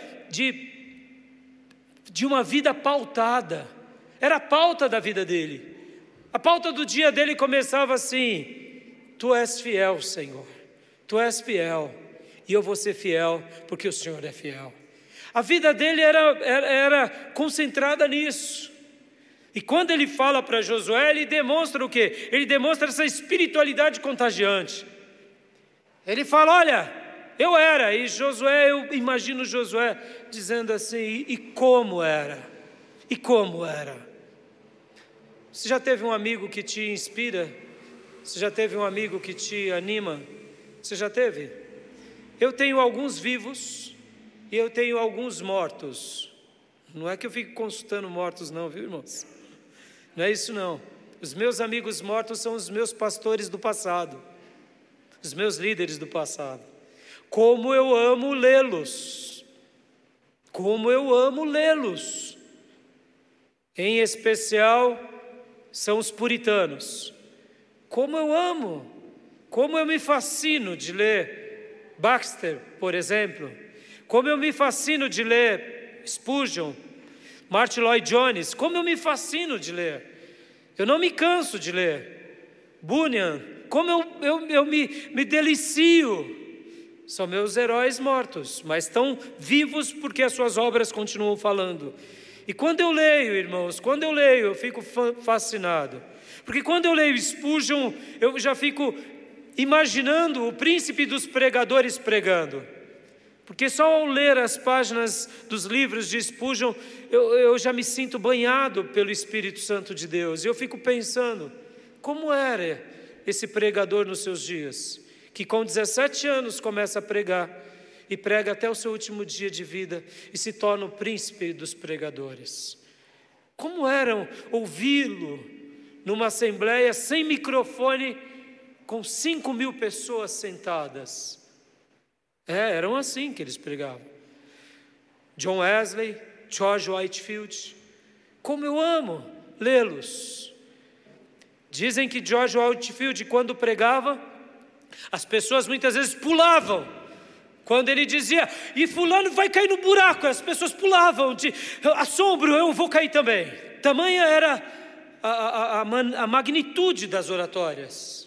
de uma vida pautada. Era a pauta da vida dele. A pauta do dia dele começava assim, tu és fiel, Senhor, tu és fiel, e eu vou ser fiel, porque o Senhor é fiel. A vida dele era concentrada nisso. E quando ele fala para Josué, ele demonstra o quê? Ele demonstra essa espiritualidade contagiante. Ele fala, olha, eu era, e Josué, eu imagino Josué dizendo assim, e como era? E como era? Você já teve um amigo que te inspira? Você já teve um amigo que te anima? Você já teve? Eu tenho alguns vivos e eu tenho alguns mortos. Não é que eu fico consultando mortos não, viu, irmãos? Não é isso não. Os meus amigos mortos são os meus pastores do passado, os meus líderes do passado. Como eu amo lê-los! Como eu amo lê-los! Em especial, são os puritanos. Como eu amo, como eu me fascino de ler Baxter, por exemplo. Como eu me fascino de ler Spurgeon, Martyn Lloyd-Jones. Como eu me fascino de ler. Eu não me canso de ler. Bunyan. Como eu me delicio. São meus heróis mortos, mas estão vivos porque as suas obras continuam falando. E quando eu leio, irmãos, eu fico fascinado. Porque quando eu leio Spurgeon, eu já fico imaginando o príncipe dos pregadores pregando. Porque só ao ler as páginas dos livros de Spurgeon, eu já me sinto banhado pelo Espírito Santo de Deus. E eu fico pensando, como era esse pregador nos seus dias? Que com 17 anos começa a pregar, e prega até o seu último dia de vida, e se torna o príncipe dos pregadores. Como era ouvi-lo numa assembleia sem microfone, com 5.000 pessoas sentadas. Eram assim que eles pregavam. John Wesley, George Whitefield. Como eu amo lê-los. Dizem que George Whitefield, quando pregava, as pessoas muitas vezes pulavam. Quando ele dizia, e fulano vai cair no buraco, as pessoas pulavam de assombro, eu vou cair também. Tamanha era a magnitude das oratórias.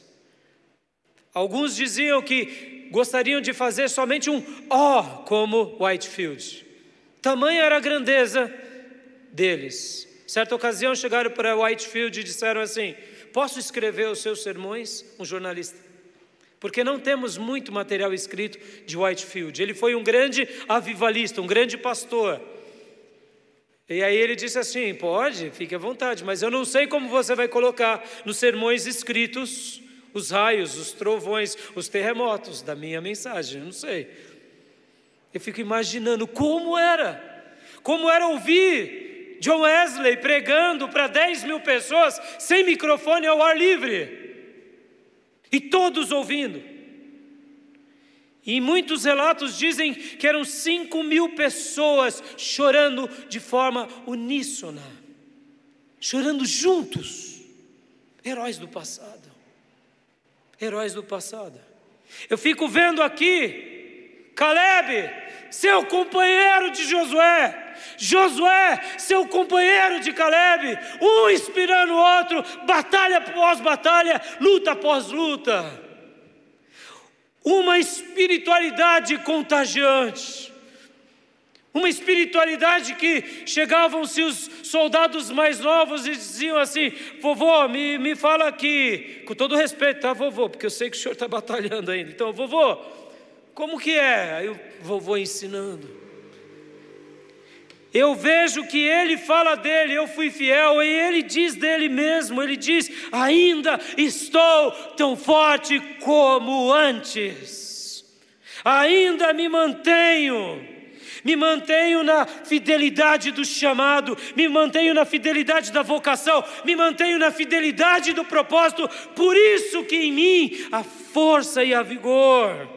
Alguns diziam que gostariam de fazer somente um ó, como Whitefield. Tamanha era a grandeza deles. Certa ocasião chegaram para Whitefield e disseram assim, posso escrever os seus sermões? Um jornalista. Porque não temos muito material escrito de Whitefield. Ele foi um grande avivalista, um grande pastor. E aí ele disse assim, pode, fique à vontade, mas eu não sei como você vai colocar nos sermões escritos os raios, os trovões, os terremotos da minha mensagem, eu não sei. Eu fico imaginando como era ouvir John Wesley pregando para 10.000 pessoas, sem microfone ao ar livre. E todos ouvindo. E muitos relatos dizem que eram 5.000 pessoas chorando de forma uníssona. Chorando juntos. Heróis do passado. Heróis do passado. Eu fico vendo aqui Caleb, seu companheiro de Josué. Josué, seu companheiro de Caleb, um inspirando o outro, batalha após batalha, luta após luta. Uma espiritualidade contagiante. Uma espiritualidade que chegavam-se os soldados mais novos e diziam assim, vovô, me fala aqui, com todo respeito, tá, vovô, porque eu sei que o senhor está batalhando ainda. Então, vovô, como que é? Aí o vovô ensinando. Eu vejo que ele fala dele, eu fui fiel, e ele diz dele mesmo, ele diz, ainda estou tão forte como antes, ainda me mantenho na fidelidade do chamado, me mantenho na fidelidade da vocação, me mantenho na fidelidade do propósito, por isso que em mim há força e há vigor.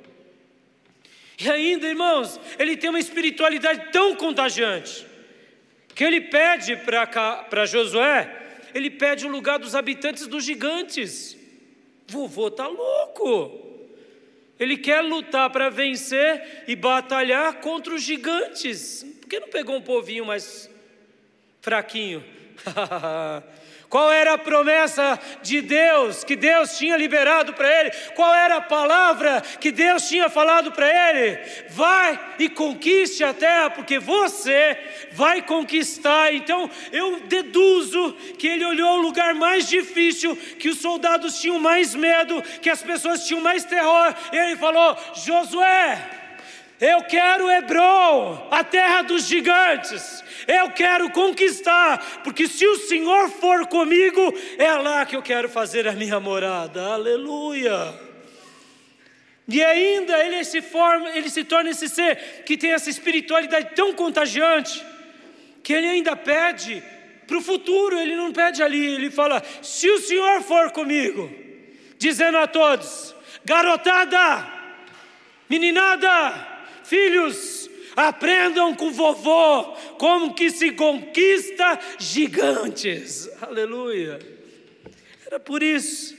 E ainda, irmãos, ele tem uma espiritualidade tão contagiante, que ele pede para Josué, ele pede o lugar dos habitantes dos gigantes. Vovô está louco. Ele quer lutar para vencer e batalhar contra os gigantes. Por que não pegou um povinho mais fraquinho? Qual era a promessa de Deus, que Deus tinha liberado para ele? Qual era a palavra que Deus tinha falado para ele? Vai e conquiste a terra, porque você vai conquistar. Então eu deduzo que ele olhou o lugar mais difícil, que os soldados tinham mais medo, que as pessoas tinham mais terror, e ele falou, Josué, eu quero Hebron, a terra dos gigantes, eu quero conquistar, porque se o Senhor for comigo, é lá que eu quero fazer a minha morada, aleluia. E ainda ele se torna esse ser que tem essa espiritualidade tão contagiante, que ele ainda pede para o futuro, ele não pede ali, ele fala, se o Senhor for comigo, dizendo a todos, garotada, meninada, filhos, Aprendam com vovô como que se conquista gigantes. Aleluia. Era por isso.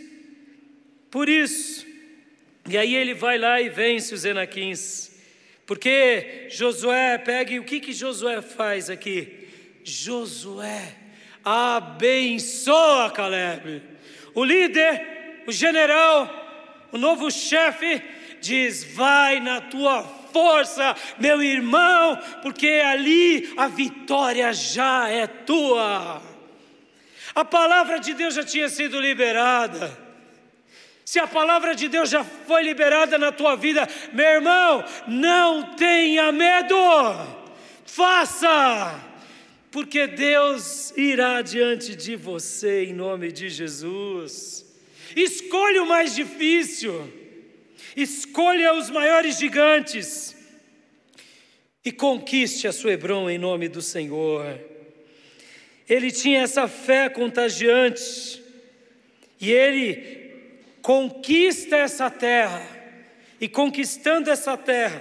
E aí ele vai lá e vence os Enaquins. Porque Josué o que Josué faz aqui? Josué abençoa Caleb. O líder, o general, o novo chefe diz: vai na tua força, meu irmão, porque ali a vitória já é tua. A palavra de Deus já tinha sido liberada. Se a palavra de Deus já foi liberada na tua vida, meu irmão, não tenha medo, faça, porque Deus irá diante de você em nome de Jesus. Escolha o mais difícil, escolha os maiores gigantes e conquiste a sua Hebrom em nome do Senhor. Ele tinha essa fé contagiante e ele conquista essa terra, e conquistando essa terra,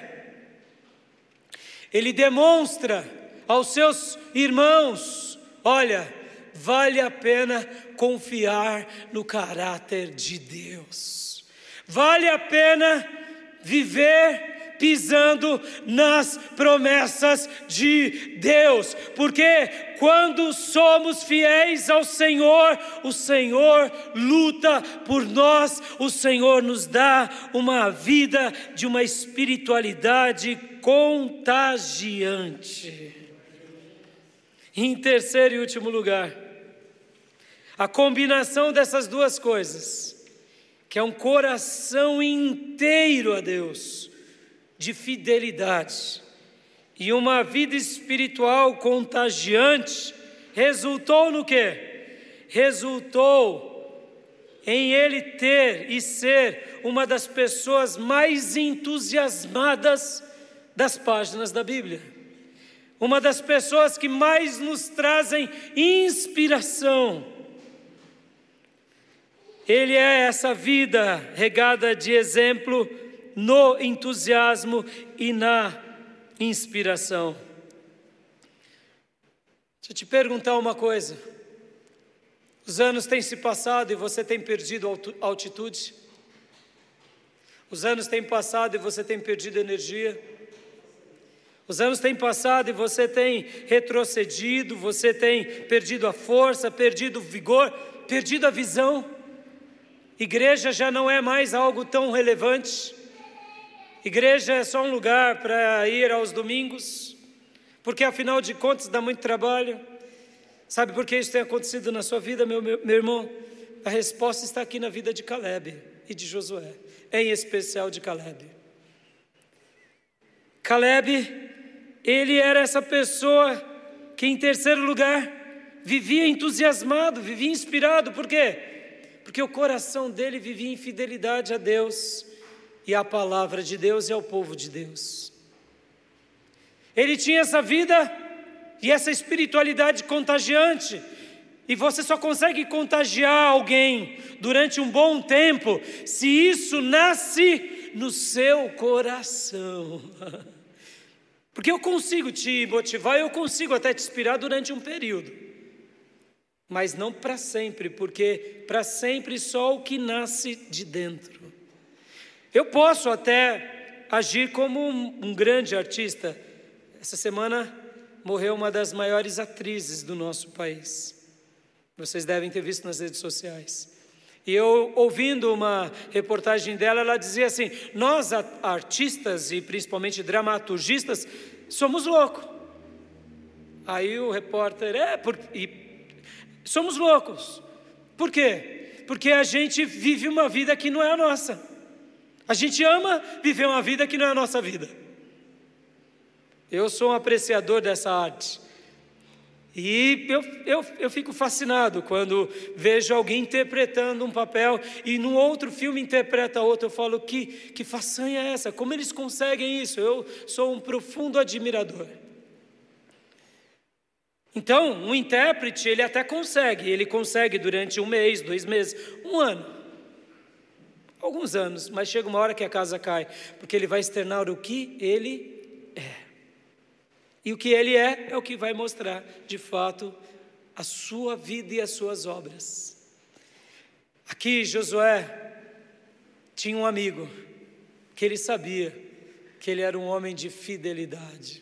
ele demonstra aos seus irmãos: olha, vale a pena confiar no caráter de Deus, vale a pena viver pisando nas promessas de Deus, porque quando somos fiéis ao Senhor, o Senhor luta por nós, o Senhor nos dá uma vida de uma espiritualidade contagiante. Em terceiro e último lugar, a combinação dessas duas coisas, que é um coração inteiro a Deus, de fidelidade e uma vida espiritual contagiante, resultou no quê? Resultou em ele ter e ser uma das pessoas mais entusiasmadas das páginas da Bíblia, uma das pessoas que mais nos trazem inspiração. Ele é essa vida regada de exemplo no entusiasmo e na inspiração. Deixa eu te perguntar uma coisa: os anos têm se passado e você tem perdido altitude? Os anos têm passado e você tem perdido energia? Os anos têm passado e você tem retrocedido, você tem perdido a força, perdido o vigor, perdido a visão? Igreja já não é mais algo tão relevante. Igreja é só um lugar para ir aos domingos, porque afinal de contas dá muito trabalho. Sabe por que isso tem acontecido na sua vida, meu irmão? A resposta está aqui na vida de Caleb e de Josué, em especial de Caleb. Caleb, ele era essa pessoa que, em terceiro lugar, vivia entusiasmado, vivia inspirado. Por quê? Porque o coração dele vivia em fidelidade a Deus e à palavra de Deus e ao povo de Deus. Ele tinha essa vida e essa espiritualidade contagiante, e você só consegue contagiar alguém durante um bom tempo se isso nasce no seu coração. Porque eu consigo te motivar, eu consigo até te inspirar durante um período, mas não para sempre, porque para sempre só o que nasce de dentro. Eu posso até agir como um grande artista. Essa semana morreu uma das maiores atrizes do nosso país. Vocês devem ter visto nas redes sociais. E eu, ouvindo uma reportagem dela, ela dizia assim: nós artistas e principalmente dramaturgistas somos loucos. Aí o repórter, somos loucos. Por quê? Porque a gente vive uma vida que não é a nossa. A gente ama viver uma vida que não é a nossa vida. Eu sou um apreciador dessa arte. E eu fico fascinado quando vejo alguém interpretando um papel e num outro filme interpreta outro. Eu falo, que façanha é essa? Como eles conseguem isso? Eu sou um profundo admirador. Então, um intérprete, ele até consegue durante 1 mês, 2 meses, 1 ano. Alguns anos, mas chega uma hora que a casa cai, porque ele vai externar o que ele é. E o que ele é o que vai mostrar, de fato, a sua vida e as suas obras. Aqui Josué tinha um amigo, que ele sabia que ele era um homem de fidelidade.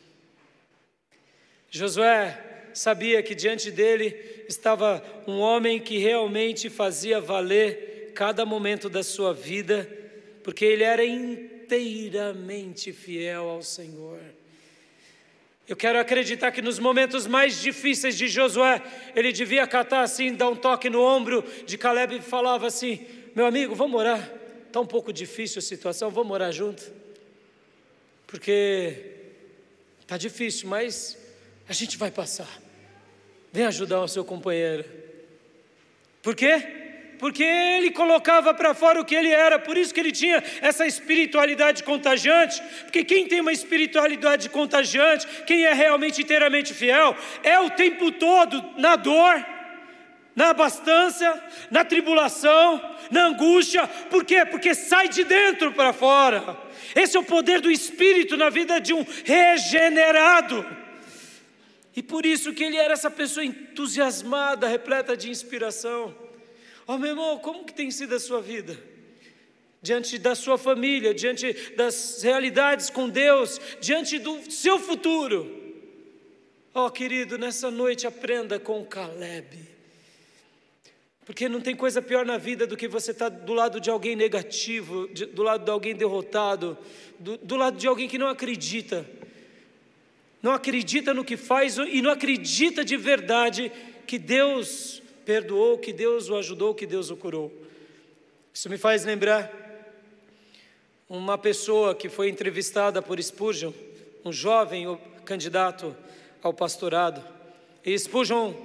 Josué sabia que diante dele estava um homem que realmente fazia valer cada momento da sua vida, porque ele era inteiramente fiel ao Senhor. Eu quero acreditar que nos momentos mais difíceis de Josué, ele devia catar assim, dar um toque no ombro de Caleb e falava assim: meu amigo, vamos orar, está um pouco difícil a situação, vamos orar junto, porque está difícil, mas a gente vai passar, vem ajudar o seu companheiro. Por quê? Porque ele colocava para fora o que ele era, por isso que ele tinha essa espiritualidade contagiante, porque quem tem uma espiritualidade contagiante, quem é realmente inteiramente fiel, é o tempo todo na dor, na abastança, na tribulação, na angústia. Por quê? Porque sai de dentro para fora. Esse é o poder do Espírito na vida de um regenerado. E por isso que ele era essa pessoa entusiasmada, repleta de inspiração. Oh, meu irmão, como que tem sido a sua vida? Diante da sua família, diante das realidades com Deus, diante do seu futuro. Oh, querido, nessa noite aprenda com Caleb. Porque não tem coisa pior na vida do que você estar do lado de alguém negativo, do lado de alguém derrotado, do lado de alguém que não acredita. Não acredita no que faz e não acredita de verdade que Deus perdoou, que Deus o ajudou, que Deus o curou. Isso me faz lembrar uma pessoa que foi entrevistada por Spurgeon, um jovem candidato ao pastorado. E Spurgeon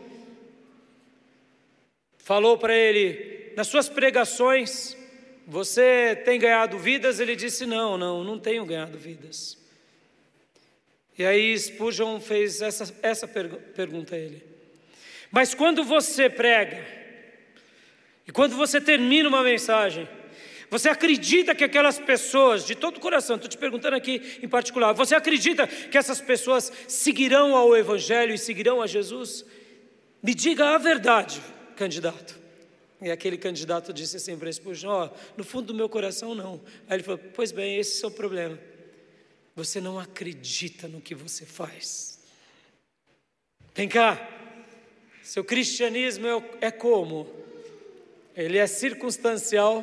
falou para ele: nas suas pregações, você tem ganhado vidas? Ele disse: não tenho ganhado vidas. E aí Spurgeon fez essa pergunta a ele: mas quando você prega, e quando você termina uma mensagem, você acredita que aquelas pessoas, de todo o coração, estou te perguntando aqui em particular, você acredita que essas pessoas seguirão ao Evangelho e seguirão a Jesus? Me diga a verdade, candidato. E aquele candidato disse assim para Spurgeon: no fundo do meu coração não. Aí ele falou: pois bem, esse é o seu problema. Você não acredita no que você faz. Vem cá. Seu cristianismo é como? Ele é circunstancial,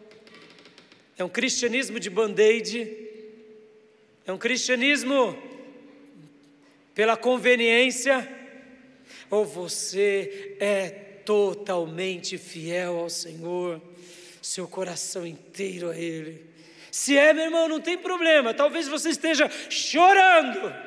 é um cristianismo de band-aid, é um cristianismo pela conveniência, ou você é totalmente fiel ao Senhor, seu coração inteiro a Ele? Se é, meu irmão, não tem problema, talvez você esteja chorando,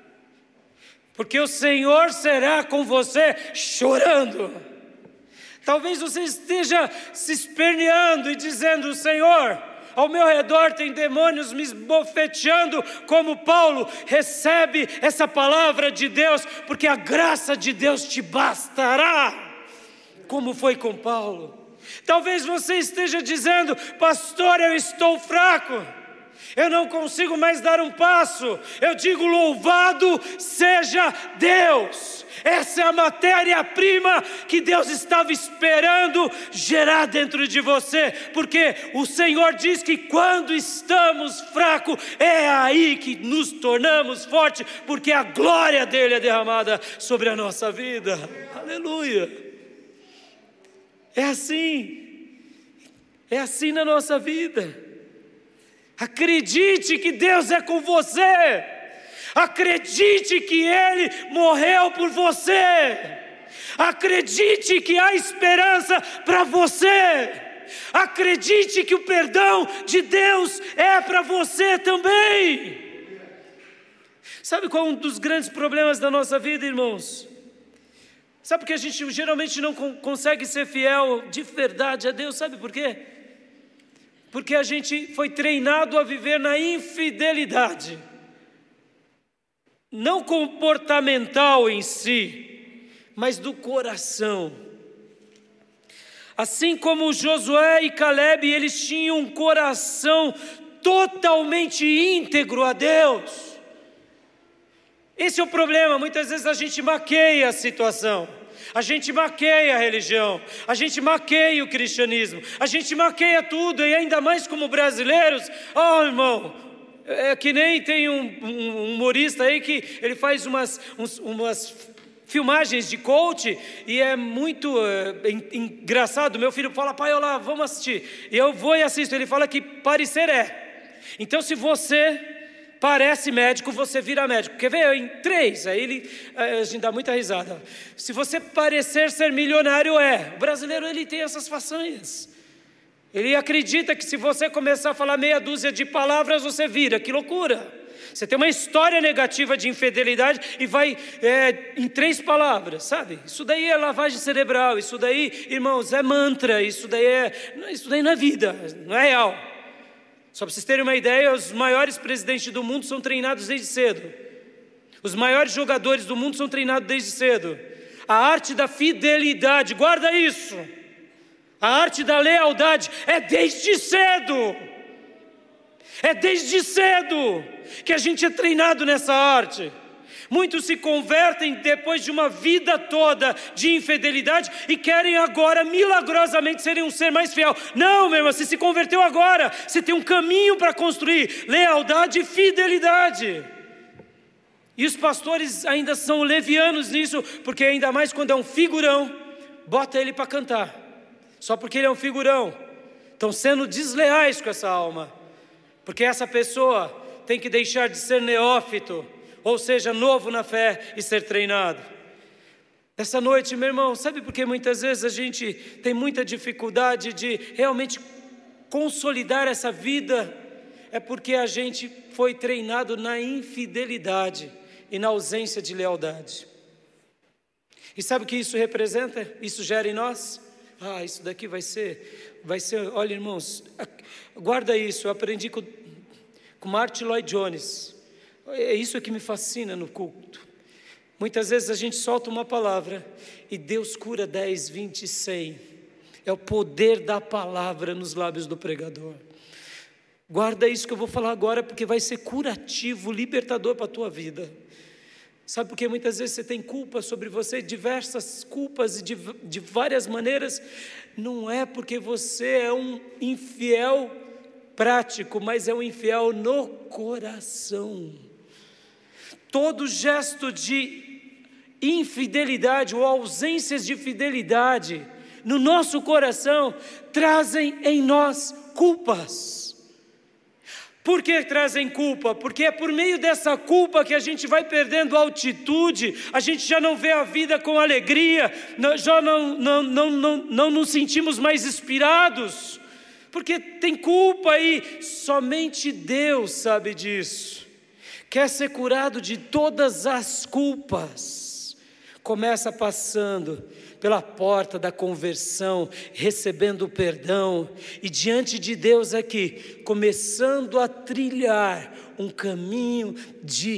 porque o Senhor será com você chorando. Talvez você esteja se esperneando e dizendo: Senhor, ao meu redor tem demônios me esbofeteando, como Paulo. Recebe essa palavra de Deus, porque a graça de Deus te bastará, como foi com Paulo. Talvez você esteja dizendo: pastor, eu estou fraco, eu não consigo mais dar um passo. Eu digo: louvado seja Deus. Essa é a matéria-prima que Deus estava esperando gerar dentro de você, porque o Senhor diz que quando estamos fracos, é aí que nos tornamos fortes, porque a glória dele é derramada sobre a nossa vida. Aleluia. É assim na nossa vida. Acredite que Deus é com você. Acredite que Ele morreu por você. Acredite que há esperança para você. Acredite que o perdão de Deus é para você também. Sabe qual é um dos grandes problemas da nossa vida, irmãos? Sabe porque a gente geralmente não consegue ser fiel de verdade a Deus? Sabe por quê? Porque a gente foi treinado a viver na infidelidade, não comportamental em si, mas do coração. Assim como Josué e Caleb, eles tinham um coração totalmente íntegro a Deus. Esse é o problema, muitas vezes a gente maqueia a situação, a gente maqueia a religião, a gente maqueia o cristianismo, a gente maqueia tudo, e ainda mais como brasileiros. Oh, irmão, é que nem tem um humorista aí que ele faz umas filmagens de coach, e é muito engraçado. Meu filho fala: pai, olha lá, vamos assistir, e eu vou e assisto. Ele fala que parecer é. Então, se você parece médico, você vira médico. Quer ver? Em 3, aí a gente dá muita risada. Se você parecer ser milionário, o brasileiro, ele tem essas façanhas. Ele acredita que se você começar a falar meia dúzia de palavras, você vira. Que loucura! Você tem uma história negativa de infidelidade e vai em 3 palavras, sabe? Isso daí é lavagem cerebral, isso daí, irmãos, é mantra, isso daí não é vida, não é real. Só para vocês terem uma ideia, os maiores presidentes do mundo são treinados desde cedo. Os maiores jogadores do mundo são treinados desde cedo. A arte da fidelidade, guarda isso. A arte da lealdade é desde cedo. É desde cedo que a gente é treinado nessa arte. Muitos se convertem depois de uma vida toda de infidelidade e querem agora milagrosamente serem um ser mais fiel. Não, meu irmão, você se converteu agora, você tem um caminho para construir lealdade e fidelidade. E os pastores ainda são levianos nisso, porque ainda mais quando é um figurão, bota ele para cantar, só porque ele é um figurão. Estão sendo desleais com essa alma, porque essa pessoa tem que deixar de ser neófito, ou seja, novo na fé, e ser treinado. Essa noite, meu irmão, sabe por que muitas vezes a gente tem muita dificuldade de realmente consolidar essa vida? É porque a gente foi treinado na infidelidade e na ausência de lealdade. E sabe o que isso representa? Isso gera em nós? Isso daqui vai ser, olha, irmãos, guarda isso. Eu aprendi com Martin Lloyd Jones. É isso que me fascina no culto. Muitas vezes a gente solta uma palavra e Deus cura 10, 20, 100. É o poder da palavra nos lábios do pregador. Guarda isso que eu vou falar agora, porque vai ser curativo, libertador para a tua vida. Sabe por que muitas vezes você tem culpa sobre você, diversas culpas e de várias maneiras? Não é porque você é um infiel prático, mas é um infiel no coração. Todo gesto de infidelidade ou ausências de fidelidade no nosso coração trazem em nós culpas. Por que trazem culpa? Porque é por meio dessa culpa que a gente vai perdendo altitude, a gente já não vê a vida com alegria, já não nos sentimos mais inspirados, porque tem culpa e somente Deus sabe disso. Quer ser curado de todas as culpas? Começa passando pela porta da conversão, recebendo o perdão, e diante de Deus aqui, começando a trilhar um caminho de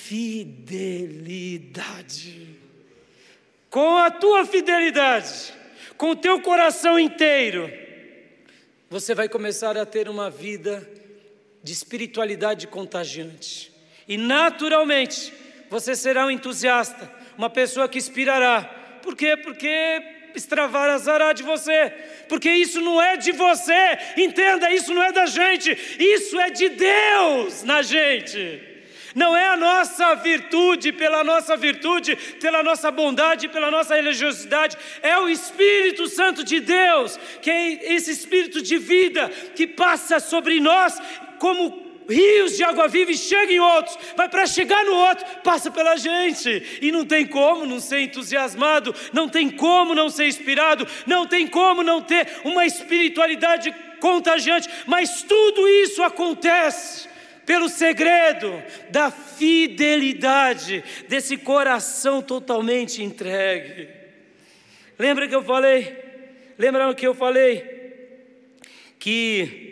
fidelidade. Com a tua fidelidade, com o teu coração inteiro, você vai começar a ter uma vida de espiritualidade contagiante. E naturalmente, você será um entusiasta, uma pessoa que inspirará. Por quê? Porque extravasará de você. Porque isso não é de você, entenda, isso não é da gente, isso é de Deus na gente. Não é a nossa virtude, pela nossa bondade, pela nossa religiosidade. É o Espírito Santo de Deus, que é esse Espírito de vida que passa sobre nós como rios de água viva e chega em outros, mas para chegar no outro, passa pela gente, e não tem como não ser entusiasmado, não tem como não ser inspirado, não tem como não ter uma espiritualidade contagiante, mas tudo isso acontece pelo segredo da fidelidade, desse coração totalmente entregue. Lembra que eu falei que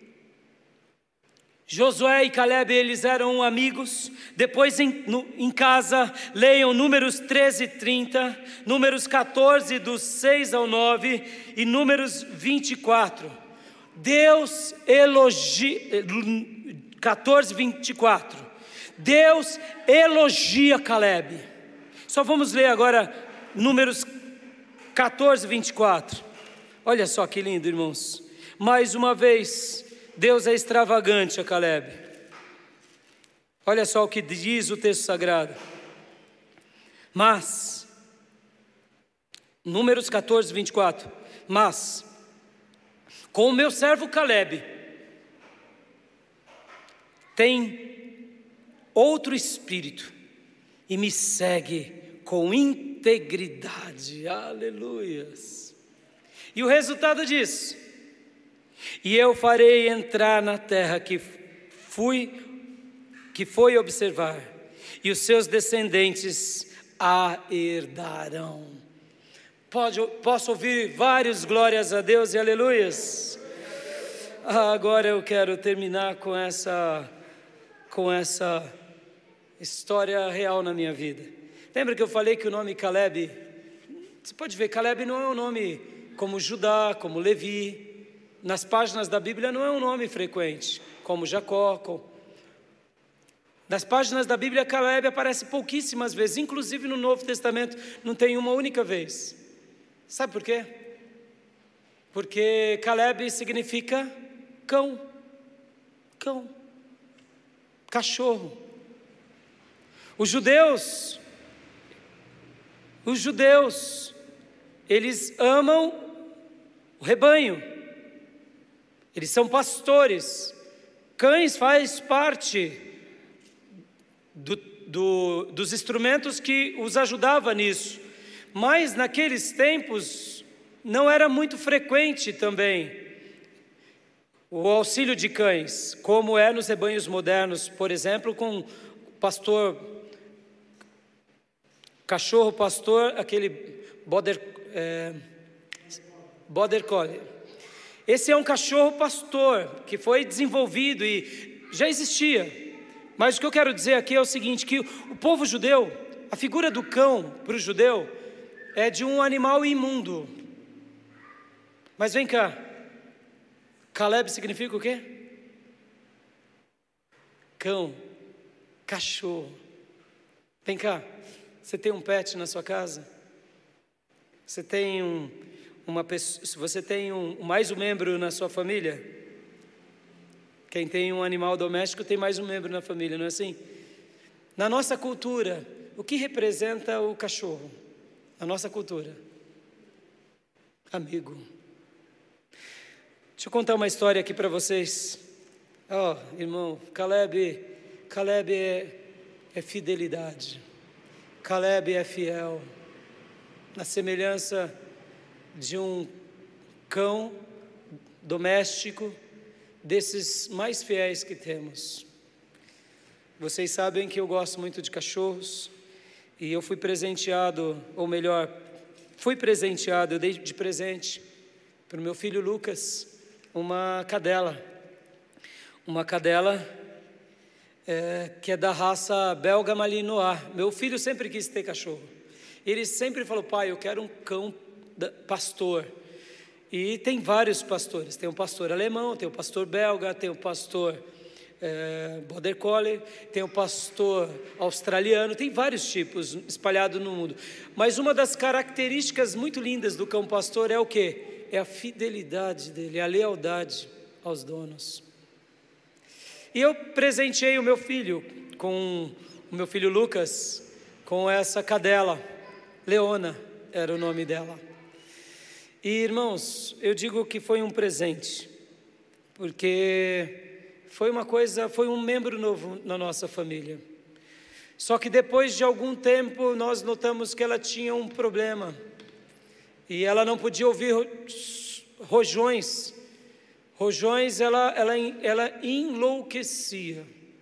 Josué e Caleb, eles eram amigos? Depois em casa, leiam Números 13 e 30, Números 14 do 6 ao 9 e Números 24. Deus elogia, 14, 24. Deus elogia Caleb. Só vamos ler agora Números 14, 24. Olha só que lindo, irmãos. Mais uma vez, Deus é extravagante a Caleb. Olha só o que diz o texto sagrado. Mas, Números 14, 24. Mas, com o meu servo Caleb, tem outro espírito e me segue com integridade. Aleluias. E o resultado disso: e eu farei entrar na terra que foi observar, e os seus descendentes a herdarão. Posso ouvir vários glórias a Deus e aleluias? Agora eu quero terminar com essa história real na minha vida. Lembra que eu falei que o nome Caleb, você pode ver, Caleb não é um nome como Judá, como Levi. Nas páginas da Bíblia não é um nome frequente, como Jacó. Nas páginas da Bíblia, Caleb aparece pouquíssimas vezes, inclusive no Novo Testamento não tem uma única vez. Sabe por quê? Porque Caleb significa cão, cachorro. Os judeus, eles amam o rebanho, eles são pastores. Cães faz parte dos instrumentos que os ajudava nisso, mas naqueles tempos não era muito frequente também o auxílio de cães, como é nos rebanhos modernos, por exemplo, com cachorro pastor, aquele border collie. Esse é um cachorro pastor que foi desenvolvido e já existia. Mas o que eu quero dizer aqui é o seguinte, que o povo judeu, a figura do cão para o judeu é de um animal imundo. Mas vem cá, Caleb significa o quê? Cão, cachorro. Vem cá, você tem um pet na sua casa? Você tem mais um membro na sua família? Quem tem um animal doméstico tem mais um membro na família, não é assim? Na nossa cultura, o que representa o cachorro? Na nossa cultura, amigo. Deixa eu contar uma história aqui para vocês. Irmão, Caleb é fidelidade. Caleb é fiel, na semelhança de um cão doméstico, desses mais fiéis que temos. Vocês sabem que eu gosto muito de cachorros, e eu fui presenteado, eu dei de presente para o meu filho Lucas uma cadela que é da raça belga malinois. Meu filho sempre quis ter cachorro, ele sempre falou: pai, eu quero um cão pastor. E tem vários pastores, tem um pastor alemão, tem um pastor belga, tem um pastor border collie, tem um pastor australiano, tem vários tipos espalhados no mundo. Mas uma das características muito lindas do cão pastor é o quê? É a fidelidade dele, a lealdade aos donos. E eu presenteei o meu filho Lucas com essa cadela, Leona era o nome dela. E irmãos, eu digo que foi um presente, porque foi um membro novo na nossa família. Só que depois de algum tempo nós notamos que ela tinha um problema, e ela não podia ouvir rojões. Ela enlouquecia.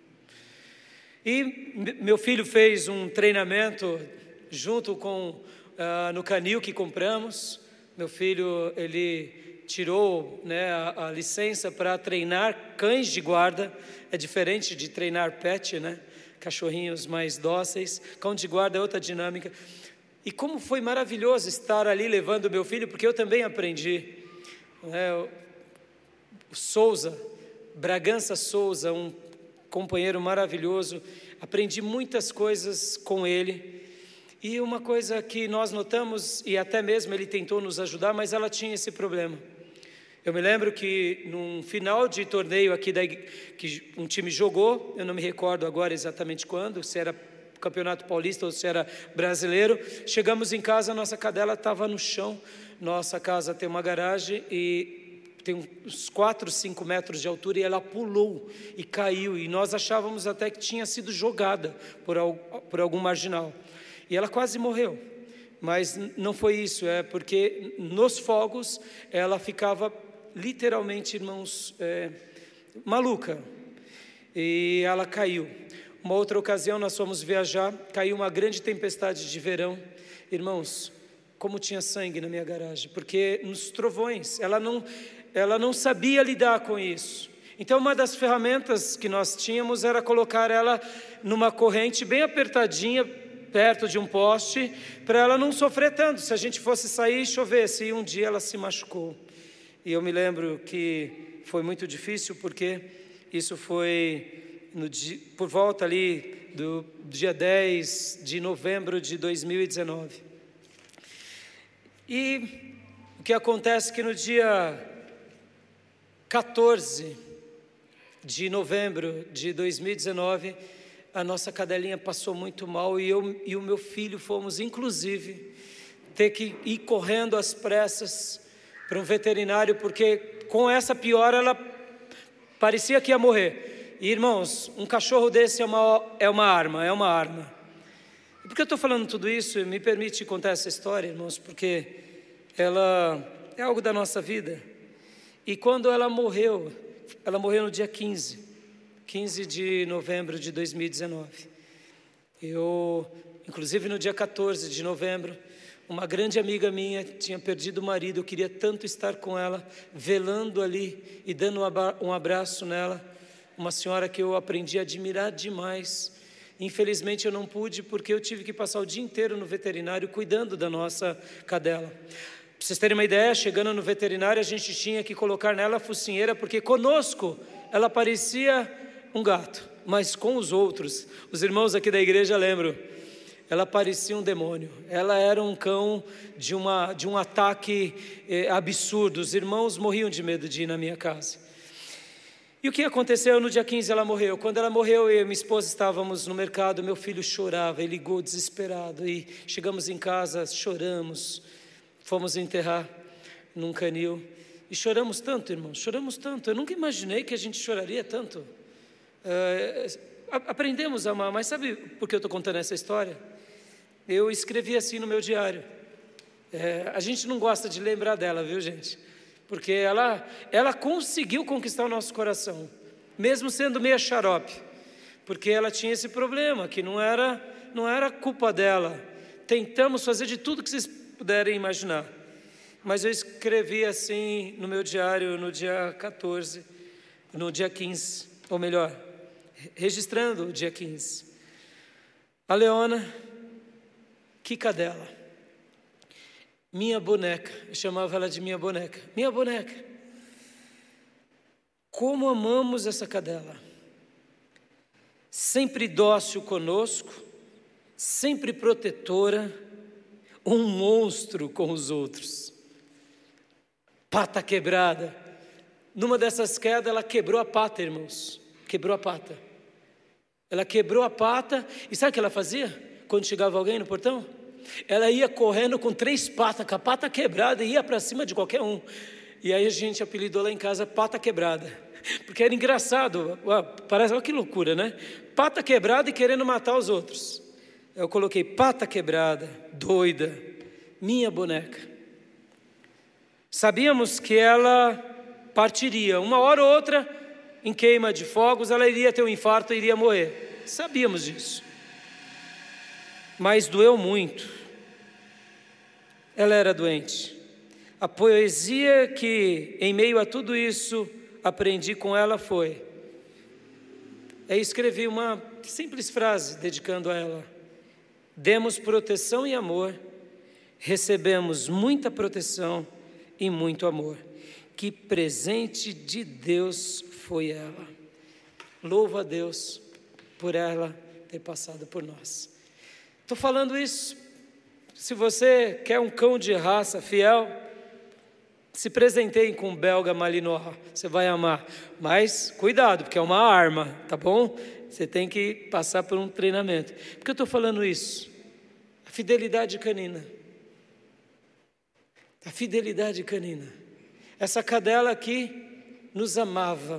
E meu filho fez um treinamento junto com no canil que compramos. Meu filho, ele tirou a licença para treinar cães de guarda. É diferente de treinar pet, cachorrinhos mais dóceis. Cão de guarda é outra dinâmica. E como foi maravilhoso estar ali levando o meu filho, porque eu também aprendi. O Souza, Bragança Souza, um companheiro maravilhoso, aprendi muitas coisas com ele. E uma coisa que nós notamos, e até mesmo ele tentou nos ajudar, mas ela tinha esse problema. Eu me lembro que num final de torneio aqui que um time jogou, eu não me recordo agora exatamente quando, se era Campeonato Paulista ou se era brasileiro, chegamos em casa, a nossa cadela estava no chão. Nossa casa tem uma garagem e tem uns 4, 5 metros de altura, e ela pulou e caiu, e nós achávamos até que tinha sido jogada por algum marginal, e ela quase morreu. Mas não foi isso, é porque nos fogos ela ficava literalmente, irmãos, maluca, e ela caiu. Uma outra ocasião nós fomos viajar, caiu uma grande tempestade de verão, irmãos, como tinha sangue na minha garagem, porque nos trovões, ela não sabia lidar com isso. Então uma das ferramentas que nós tínhamos era colocar ela numa corrente bem apertadinha, perto de um poste, para ela não sofrer tanto, se a gente fosse sair e chovesse. E um dia ela se machucou, e eu me lembro que foi muito difícil, porque isso foi por volta ali do dia 10 de novembro de 2019. E o que acontece é que no dia 14 de novembro de 2019, a nossa cadelinha passou muito mal, e eu e o meu filho fomos, inclusive, ter que ir correndo às pressas para um veterinário, porque com essa piora ela parecia que ia morrer. E, irmãos, um cachorro desse é uma arma. E por que eu estou falando tudo isso? Me permite contar essa história, irmãos, porque ela é algo da nossa vida. E quando ela morreu no dia 15 de novembro de 2019. Inclusive no dia 14 de novembro, uma grande amiga minha tinha perdido o marido, eu queria tanto estar com ela, velando ali e dando um abraço nela, uma senhora que eu aprendi a admirar demais. Infelizmente eu não pude, porque eu tive que passar o dia inteiro no veterinário cuidando da nossa cadela. Para vocês terem uma ideia, chegando no veterinário, a gente tinha que colocar nela a focinheira, porque conosco ela parecia um gato, mas com os outros, os irmãos aqui da igreja lembram, ela parecia um demônio. Ela era um cão de um ataque absurdo. Os irmãos morriam de medo de ir na minha casa. E o que aconteceu? No dia 15 ela morreu. Quando ela morreu, eu e minha esposa estávamos no mercado, meu filho chorava, ele ligou desesperado, e chegamos em casa, choramos, fomos enterrar num canil, e choramos tanto, irmãos, choramos tanto. Eu nunca imaginei que a gente choraria tanto. Aprendemos a amar, mas sabe por que eu estou contando essa história? Eu escrevi assim no meu diário. A gente não gosta de lembrar dela, viu, gente? Porque ela conseguiu conquistar o nosso coração, mesmo sendo meia xarope, porque ela tinha esse problema, que não era culpa dela. Tentamos fazer de tudo que vocês puderem imaginar, mas eu escrevi assim no meu diário no dia 14, no dia 15, ou melhor, registrando o dia 15. A Leona, que cadela, minha boneca, eu chamava ela de minha boneca. Minha boneca. Como amamos essa cadela. Sempre dócil conosco, sempre protetora, um monstro com os outros. Pata quebrada. Numa dessas quedas, ela quebrou a pata, irmãos. Quebrou a pata. Ela quebrou a pata, e sabe o que ela fazia? Quando chegava alguém no portão? Ela ia correndo com 3 patas, com a pata quebrada, e ia para cima de qualquer um. E aí a gente apelidou lá em casa pata quebrada, porque era engraçado. Parece, olha que loucura, né? Pata quebrada e querendo matar os outros. Eu coloquei pata quebrada, doida, minha boneca. Sabíamos que ela partiria, uma hora ou outra, em queima de fogos, ela iria ter um infarto e iria morrer. Sabíamos disso. Mas doeu muito. Ela era doente. A poesia que, em meio a tudo isso, aprendi com ela foi: escrevi uma simples frase dedicando a ela: demos proteção e amor, recebemos muita proteção e muito amor. Que presente de Deus foi ela. Louvo a Deus por ela ter ter passado por nós. Estou falando isso, se você quer um cão de raça fiel, se presenteie com um belga malinois, você vai amar, mas cuidado, porque é uma arma, tá bom? Você tem que passar por um treinamento. Por que eu estou falando isso? A fidelidade canina. A fidelidade canina. Essa cadela aqui nos amava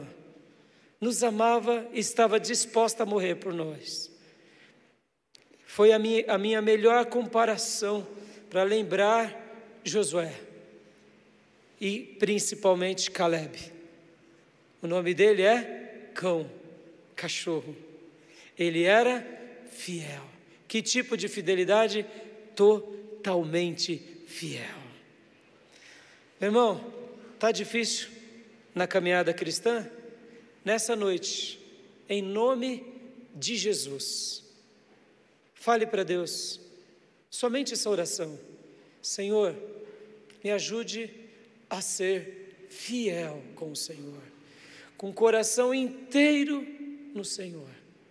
e estava disposta a morrer por nós. Foi a minha melhor comparação para lembrar Josué e principalmente Caleb. O nome dele é cão, cachorro. Ele era fiel. Que tipo de fidelidade? Totalmente fiel. Meu irmão, está difícil na caminhada cristã? Nessa noite, em nome de Jesus, fale para Deus, somente essa oração: Senhor, me ajude a ser fiel com o Senhor, com o coração inteiro no Senhor.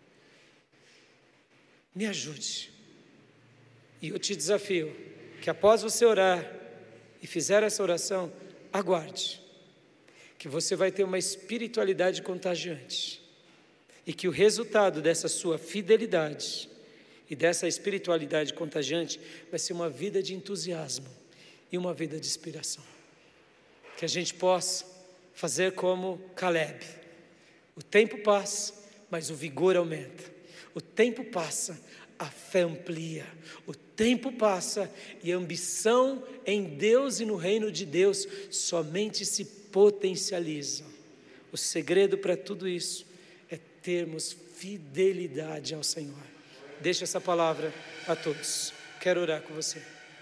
Me ajude. E eu te desafio que após você orar e fizer essa oração, aguarde, que você vai ter uma espiritualidade contagiante e que o resultado dessa sua fidelidade e dessa espiritualidade contagiante vai ser uma vida de entusiasmo e uma vida de inspiração. Que a gente possa fazer como Caleb. O tempo passa, mas o vigor aumenta. O tempo passa, a fé amplia. O tempo passa e a ambição em Deus e no reino de Deus somente se potencializa. O segredo para tudo isso é termos fidelidade ao Senhor. Deixa essa palavra a todos. Quero orar com você.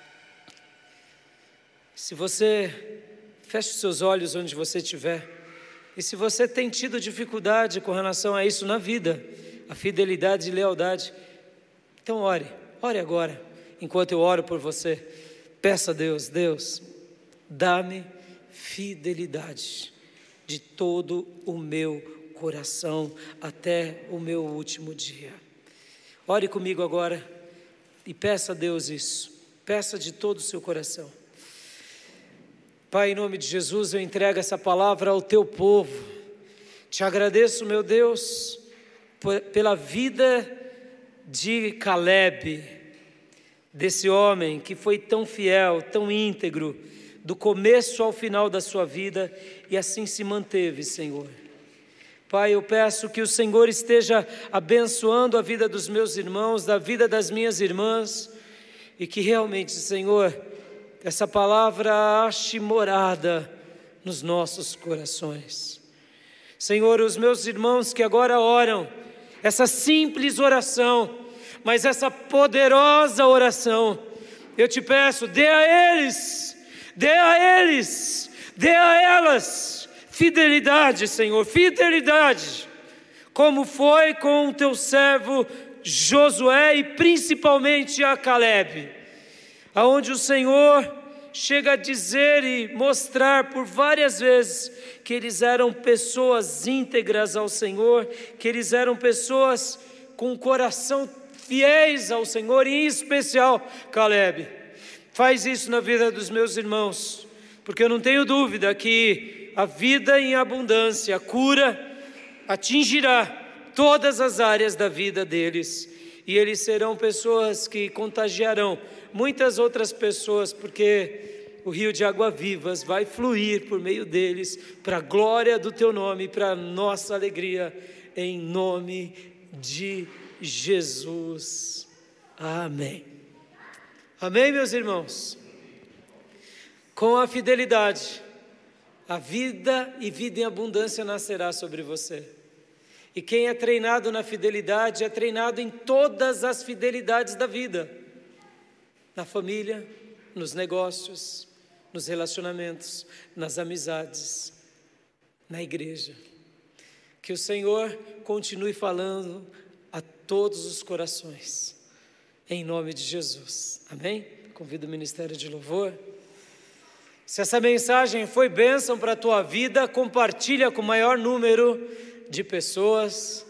Se você feche os seus olhos onde você estiver, e se você tem tido dificuldade com relação a isso na vida, a fidelidade e lealdade, então ore agora, enquanto eu oro por você. Peça a Deus: Deus, dá-me fidelidade de todo o meu coração até o meu último dia. Ore comigo agora e peça a Deus isso, peça de todo o seu coração. Pai, em nome de Jesus, eu entrego essa palavra ao teu povo. Te agradeço, meu Deus, pela vida de Caleb, desse homem que foi tão fiel, tão íntegro, do começo ao final da sua vida, e assim se manteve, Senhor. Pai, eu peço que o Senhor esteja abençoando a vida dos meus irmãos, da vida das minhas irmãs, e que realmente, Senhor, essa palavra ache morada nos nossos corações. Senhor, os meus irmãos que agora oram, essa simples oração, mas essa poderosa oração, eu te peço, dê a elas fidelidade, Senhor, fidelidade, como foi com o teu servo Josué e principalmente a Caleb, aonde o Senhor chega a dizer e mostrar por várias vezes que eles eram pessoas íntegras ao Senhor, que eles eram pessoas com coração fiéis ao Senhor, e em especial Caleb. Faz isso na vida dos meus irmãos, porque eu não tenho dúvida que a vida em abundância, a cura, atingirá todas as áreas da vida deles, e eles serão pessoas que contagiarão muitas outras pessoas, porque o rio de água vivas vai fluir por meio deles, para a glória do teu nome, para a nossa alegria, em nome de Jesus. Amém. Amém, meus irmãos? Com a fidelidade, a vida e vida em abundância nascerá sobre você. E quem é treinado na fidelidade é treinado em todas as fidelidades da vida. Na família, nos negócios, nos relacionamentos, nas amizades, na igreja. Que o Senhor continue falando a todos os corações, em nome de Jesus. Amém? Convido o Ministério de Louvor. Se essa mensagem foi bênção para a tua vida, compartilha com o maior número de pessoas.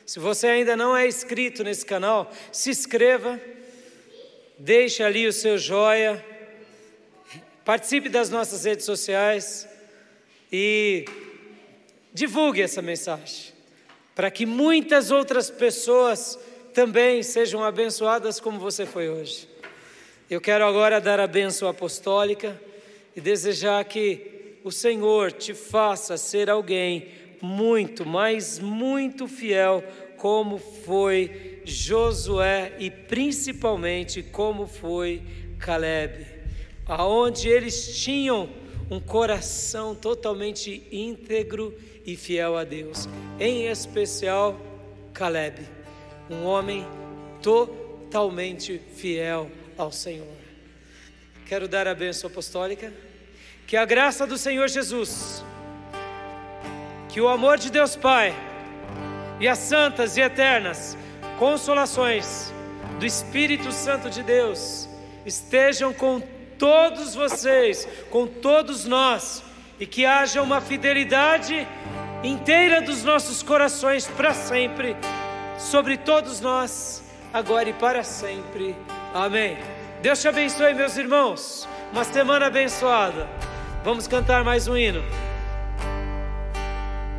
Se você ainda não é inscrito nesse canal, se inscreva, deixe ali o seu joia, participe das nossas redes sociais e divulgue essa mensagem, para que muitas outras pessoas também sejam abençoadas como você foi hoje. Eu quero agora dar a bênção apostólica e desejar que o Senhor te faça ser alguém muito, mas muito fiel, como foi Josué e principalmente como foi Caleb, aonde eles tinham um coração totalmente íntegro e fiel a Deus, em especial Caleb, um homem totalmente fiel ao Senhor. Quero dar a bênção apostólica, que a graça do Senhor Jesus, que o amor de Deus Pai e as santas e eternas consolações do Espírito Santo de Deus estejam com todos vocês, com todos nós, e que haja uma fidelidade inteira dos nossos corações para sempre, sobre todos nós, agora e para sempre. Amém. Deus te abençoe, meus irmãos. Uma semana abençoada. Vamos cantar mais um hino.